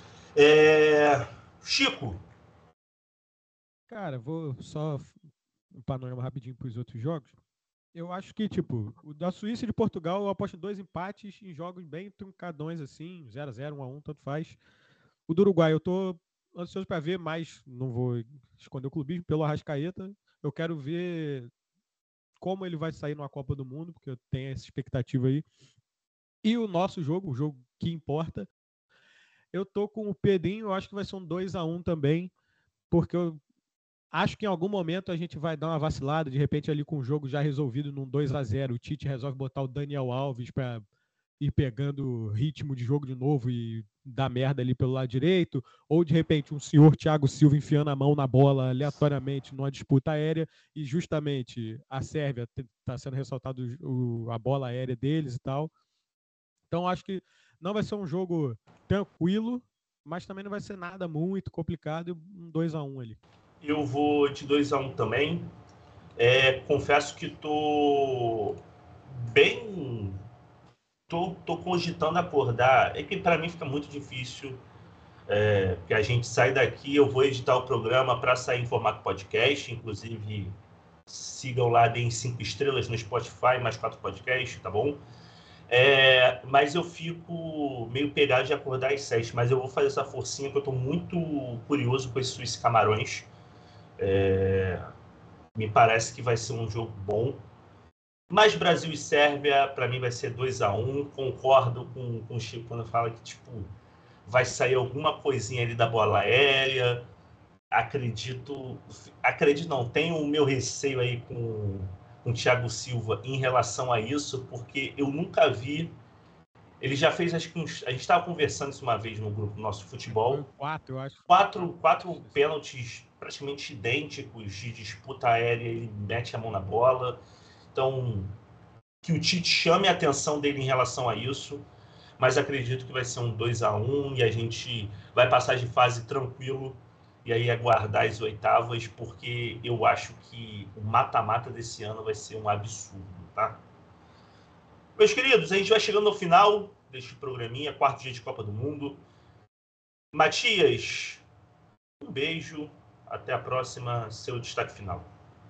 Chico? Cara, vou só um panorama rapidinho para os outros jogos. Eu acho que, tipo, o da Suíça e de Portugal, eu aposto 2 empates em jogos bem truncadões, assim, 0-0, 1-1, tanto faz. O do Uruguai, eu tô ansioso para ver, mas não vou esconder o clubismo pelo Arrascaeta. Eu quero ver como ele vai sair numa Copa do Mundo, porque eu tenho essa expectativa aí. E o nosso jogo, o jogo que importa, eu tô com o Pedrinho, eu acho que vai ser um 2-1 também, porque eu acho que em algum momento a gente vai dar uma vacilada, de repente ali com o jogo já resolvido num 2-0, o Tite resolve botar o Daniel Alves para ir pegando ritmo de jogo de novo e dar merda ali pelo lado direito, ou de repente um senhor Thiago Silva enfiando a mão na bola aleatoriamente numa disputa aérea e justamente a Sérvia está sendo ressaltado a bola aérea deles e tal. Então acho que não vai ser um jogo tranquilo, mas também não vai ser nada muito complicado, e um 2-1 ali. Eu vou de 2-1 também. Confesso que tô bem... Tô cogitando acordar. É que para mim fica muito difícil, porque a gente sai daqui, eu vou editar o programa para sair em formato podcast, inclusive sigam lá, deem 5 estrelas no Spotify, mais 4 podcasts, tá bom? Mas eu fico meio pegado de acordar às 7, mas eu vou fazer essa forcinha, que eu tô muito curioso com esses Suíça e Camarões. Me parece que vai ser um jogo bom. Mas Brasil e Sérvia, para mim, vai ser 2-1. Concordo com o Chico quando fala que tipo, vai sair alguma coisinha ali da bola aérea. Acredito não, tenho o meu receio aí com o Thiago Silva em relação a isso, porque eu nunca vi. Ele já fez, acho que a gente estava conversando isso uma vez no grupo do nosso futebol. 4, eu acho. Quatro pênaltis praticamente idênticos de disputa aérea, ele mete a mão na bola. Então, que o Tite chame a atenção dele em relação a isso, mas acredito que vai ser um 2-1 e a gente vai passar de fase tranquilo e aí aguardar as oitavas, porque eu acho que o mata-mata desse ano vai ser um absurdo, tá? Meus queridos, a gente vai chegando ao final deste programinha, 4º dia de Copa do Mundo. Matias, um beijo, até a próxima, seu destaque final.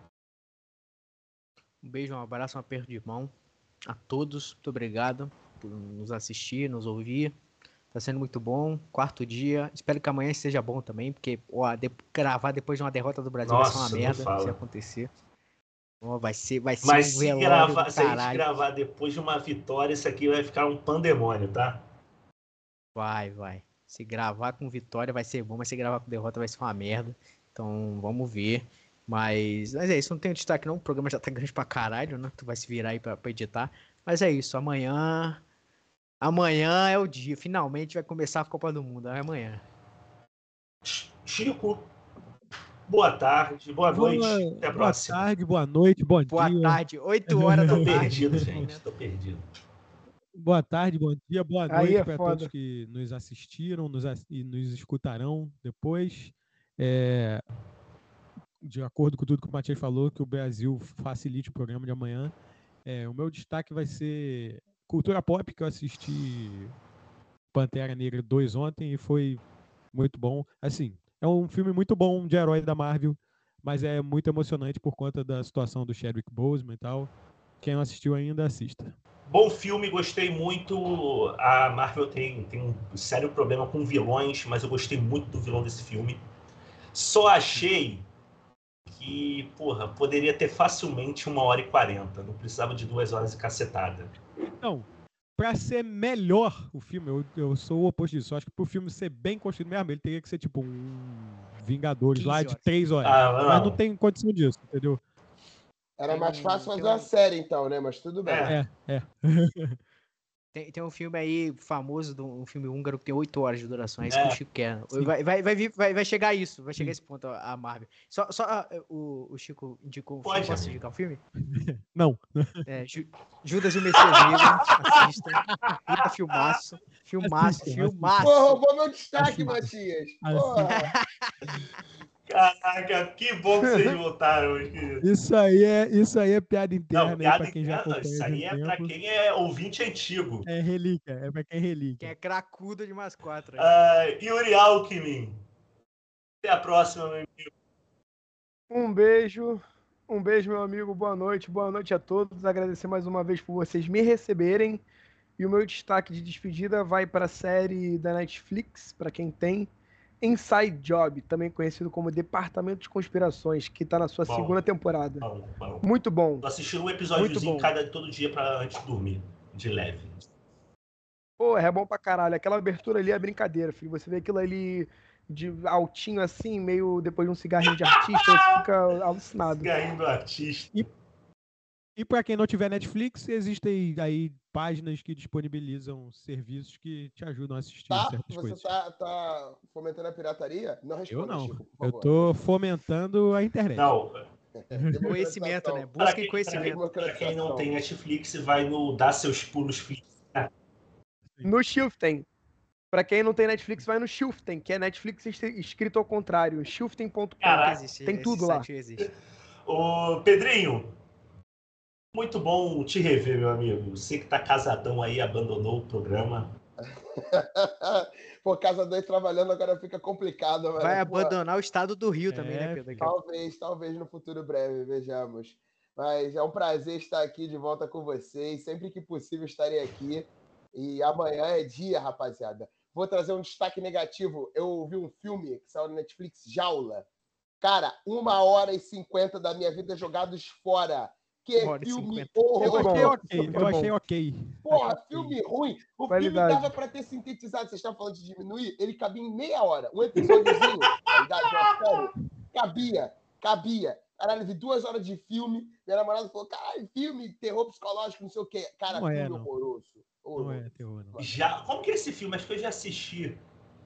Um beijo, um abraço, um aperto de mão a todos. Muito obrigado por nos assistir, nos ouvir. Tá sendo muito bom. 4º dia. Espero que amanhã seja bom também, porque gravar depois de uma derrota do Brasil vai ser uma merda se acontecer. Vai ser Mas um se velório do se a gente caralho. gravar depois de uma vitória, isso aqui vai ficar um pandemônio, tá? Vai. Se gravar com vitória vai ser bom, mas se gravar com derrota vai ser uma merda. Então, vamos ver. Mas é isso, não tem destaque não. O programa já tá grande pra caralho, né? Tu vai se virar aí pra editar. Mas é isso, amanhã é o dia. Finalmente vai começar a Copa do Mundo. É amanhã. Chico, boa tarde, boa noite, até a Boa próxima. tarde, boa noite, bom Boa dia. tarde, 8 horas da Tô tarde. perdido, gente, tô perdido. Boa tarde, bom dia, boa Aí noite é para foda. todos que nos assistiram e nos escutarão depois. De acordo com tudo que o Matias falou, que o Brasil facilite o programa de amanhã. O meu destaque vai ser cultura pop, que eu assisti Pantera Negra 2 ontem e foi muito bom. Assim, é um filme muito bom de herói da Marvel, mas é muito emocionante por conta da situação do Chadwick Boseman e tal. Quem não assistiu ainda, assista. Bom filme, gostei muito. A Marvel tem um sério problema com vilões, mas eu gostei muito do vilão desse filme. Só achei que, poderia ter facilmente 1h40. Não precisava de 2 horas e cacetada. Então, pra ser melhor o filme, eu sou o oposto disso. Eu acho que pro filme ser bem construído mesmo, ele teria que ser tipo um Vingadores lá de 3 horas. Mas não tem condição disso, entendeu? Era mais fácil fazer uma série, então, né? Mas tudo bem. Tem um filme aí famoso, um filme húngaro que tem 8 horas de duração. É isso que o Chico quer. Vai chegar a isso, vai chegar a esse ponto a Marvel. Só o Chico indicou um filme. Posso indicar um filme? Não. Judas e o Messias Negro. Assistam. Puta filmaço. Filmaço. Pô, roubou meu destaque, Matias. Porra. Caraca, que bom que vocês voltaram. Isso aí é piada interna. Não, piada pra quem já acompanha. Isso aí é pra quem é ouvinte antigo. É relíquia, é pra quem é relíquia. Quem é cracudo de mais 4. Yuri Alckmin. Até a próxima, meu amigo. Um beijo, meu amigo. Boa noite a todos. Agradecer mais uma vez por vocês me receberem. E o meu destaque de despedida vai para a série da Netflix, para quem tem, Inside Job, também conhecido como Departamento de Conspirações, que está na sua segunda temporada. Bom. Muito bom. Tô assistindo um episódiozinho todo dia antes de dormir, de leve. Pô, é bom pra caralho. Aquela abertura ali é brincadeira, filho. Você vê aquilo ali de altinho assim, meio depois de um cigarrinho de artista, você fica alucinado. Cigarrinho do artista. E para quem não tiver Netflix, existem aí páginas que disponibilizam serviços que te ajudam a assistir certas coisas. Você tá fomentando a pirataria? Não responda, Eu não. Chico, por eu favor. tô fomentando a internet. Não. Conhecimento, né? Busquem conhecimento. Pra quem não tem Netflix, vai no Dar Seus Pulos Flix. No Shiften. Pra quem não tem Netflix, vai no Shiften, que é Netflix escrito ao contrário. Shiften.com. Tem tudo lá. Ô, Pedrinho, Muito bom te rever, meu amigo. Você que tá casadão aí, abandonou o programa. Pô, casa 2 trabalhando agora fica complicado, mano. Vai Pô, abandonar o estado do Rio também, né, Pedro? Daqui a pouco. talvez no futuro breve, vejamos. Mas é um prazer estar aqui de volta com vocês. Sempre que possível estarei aqui. E amanhã é dia, rapaziada. Vou trazer um destaque negativo. Eu vi um filme que saiu na Netflix, Jaula. Cara, 1h50 da minha vida jogados fora. Que 1h50. filme Eu achei horroroso. ok, eu achei ok. Porra, Achei ok. filme ruim. O Qualidade. filme dava pra ter sintetizado. Vocês estão falando de diminuir? Ele cabia em meia hora. Um episódiozinho, tá ligado? De uma série. Cabia. Caralho, vi 2 horas de filme. Minha namorada falou, caralho, filme, terror psicológico, não sei o quê. Cara, Não é, filme não. horroroso. Não é terror, não. Como que é esse filme? Acho que eu já assisti.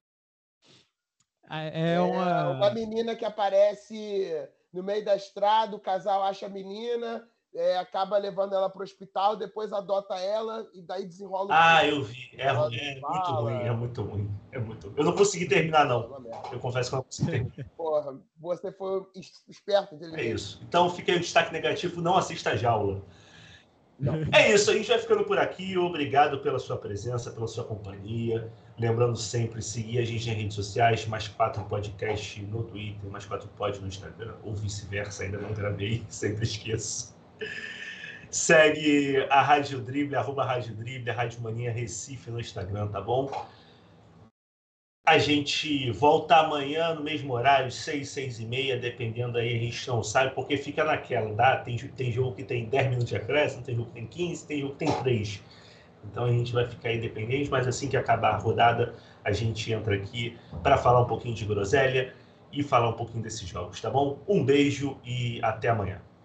É uma uma. menina que aparece no meio da estrada, o casal acha a menina, acaba levando ela pro hospital, depois adota ela e daí desenrola o Ah, filme. eu vi. Ela Muito fala. ruim, é muito ruim. Eu não consegui terminar, É não. uma merda. Eu confesso que eu não consegui terminar. Porra, você foi esperto, É inteligente. isso. Então fica aí o destaque negativo, não assista a Jaula. Não. É isso, a gente vai ficando por aqui. Obrigado pela sua presença, pela sua companhia. Lembrando sempre, seguir a gente nas redes sociais, Mais 4 Podcast no Twitter, Mais 4 Pod no Instagram, ou vice-versa, ainda não gravei, sempre esqueço. Segue a Rádio Drible, @Rádio Drible, a Rádio Mania Recife no Instagram, tá bom? A gente volta amanhã no mesmo horário, 6, 6h30, dependendo aí, a gente não sabe, porque fica naquela, tem jogo que tem 10 minutos de acréscimo, tem jogo que tem 15, tem jogo que tem 3. Então a gente vai ficar independente, mas assim que acabar a rodada, a gente entra aqui para falar um pouquinho de groselha e falar um pouquinho desses jogos, tá bom? Um beijo e até amanhã.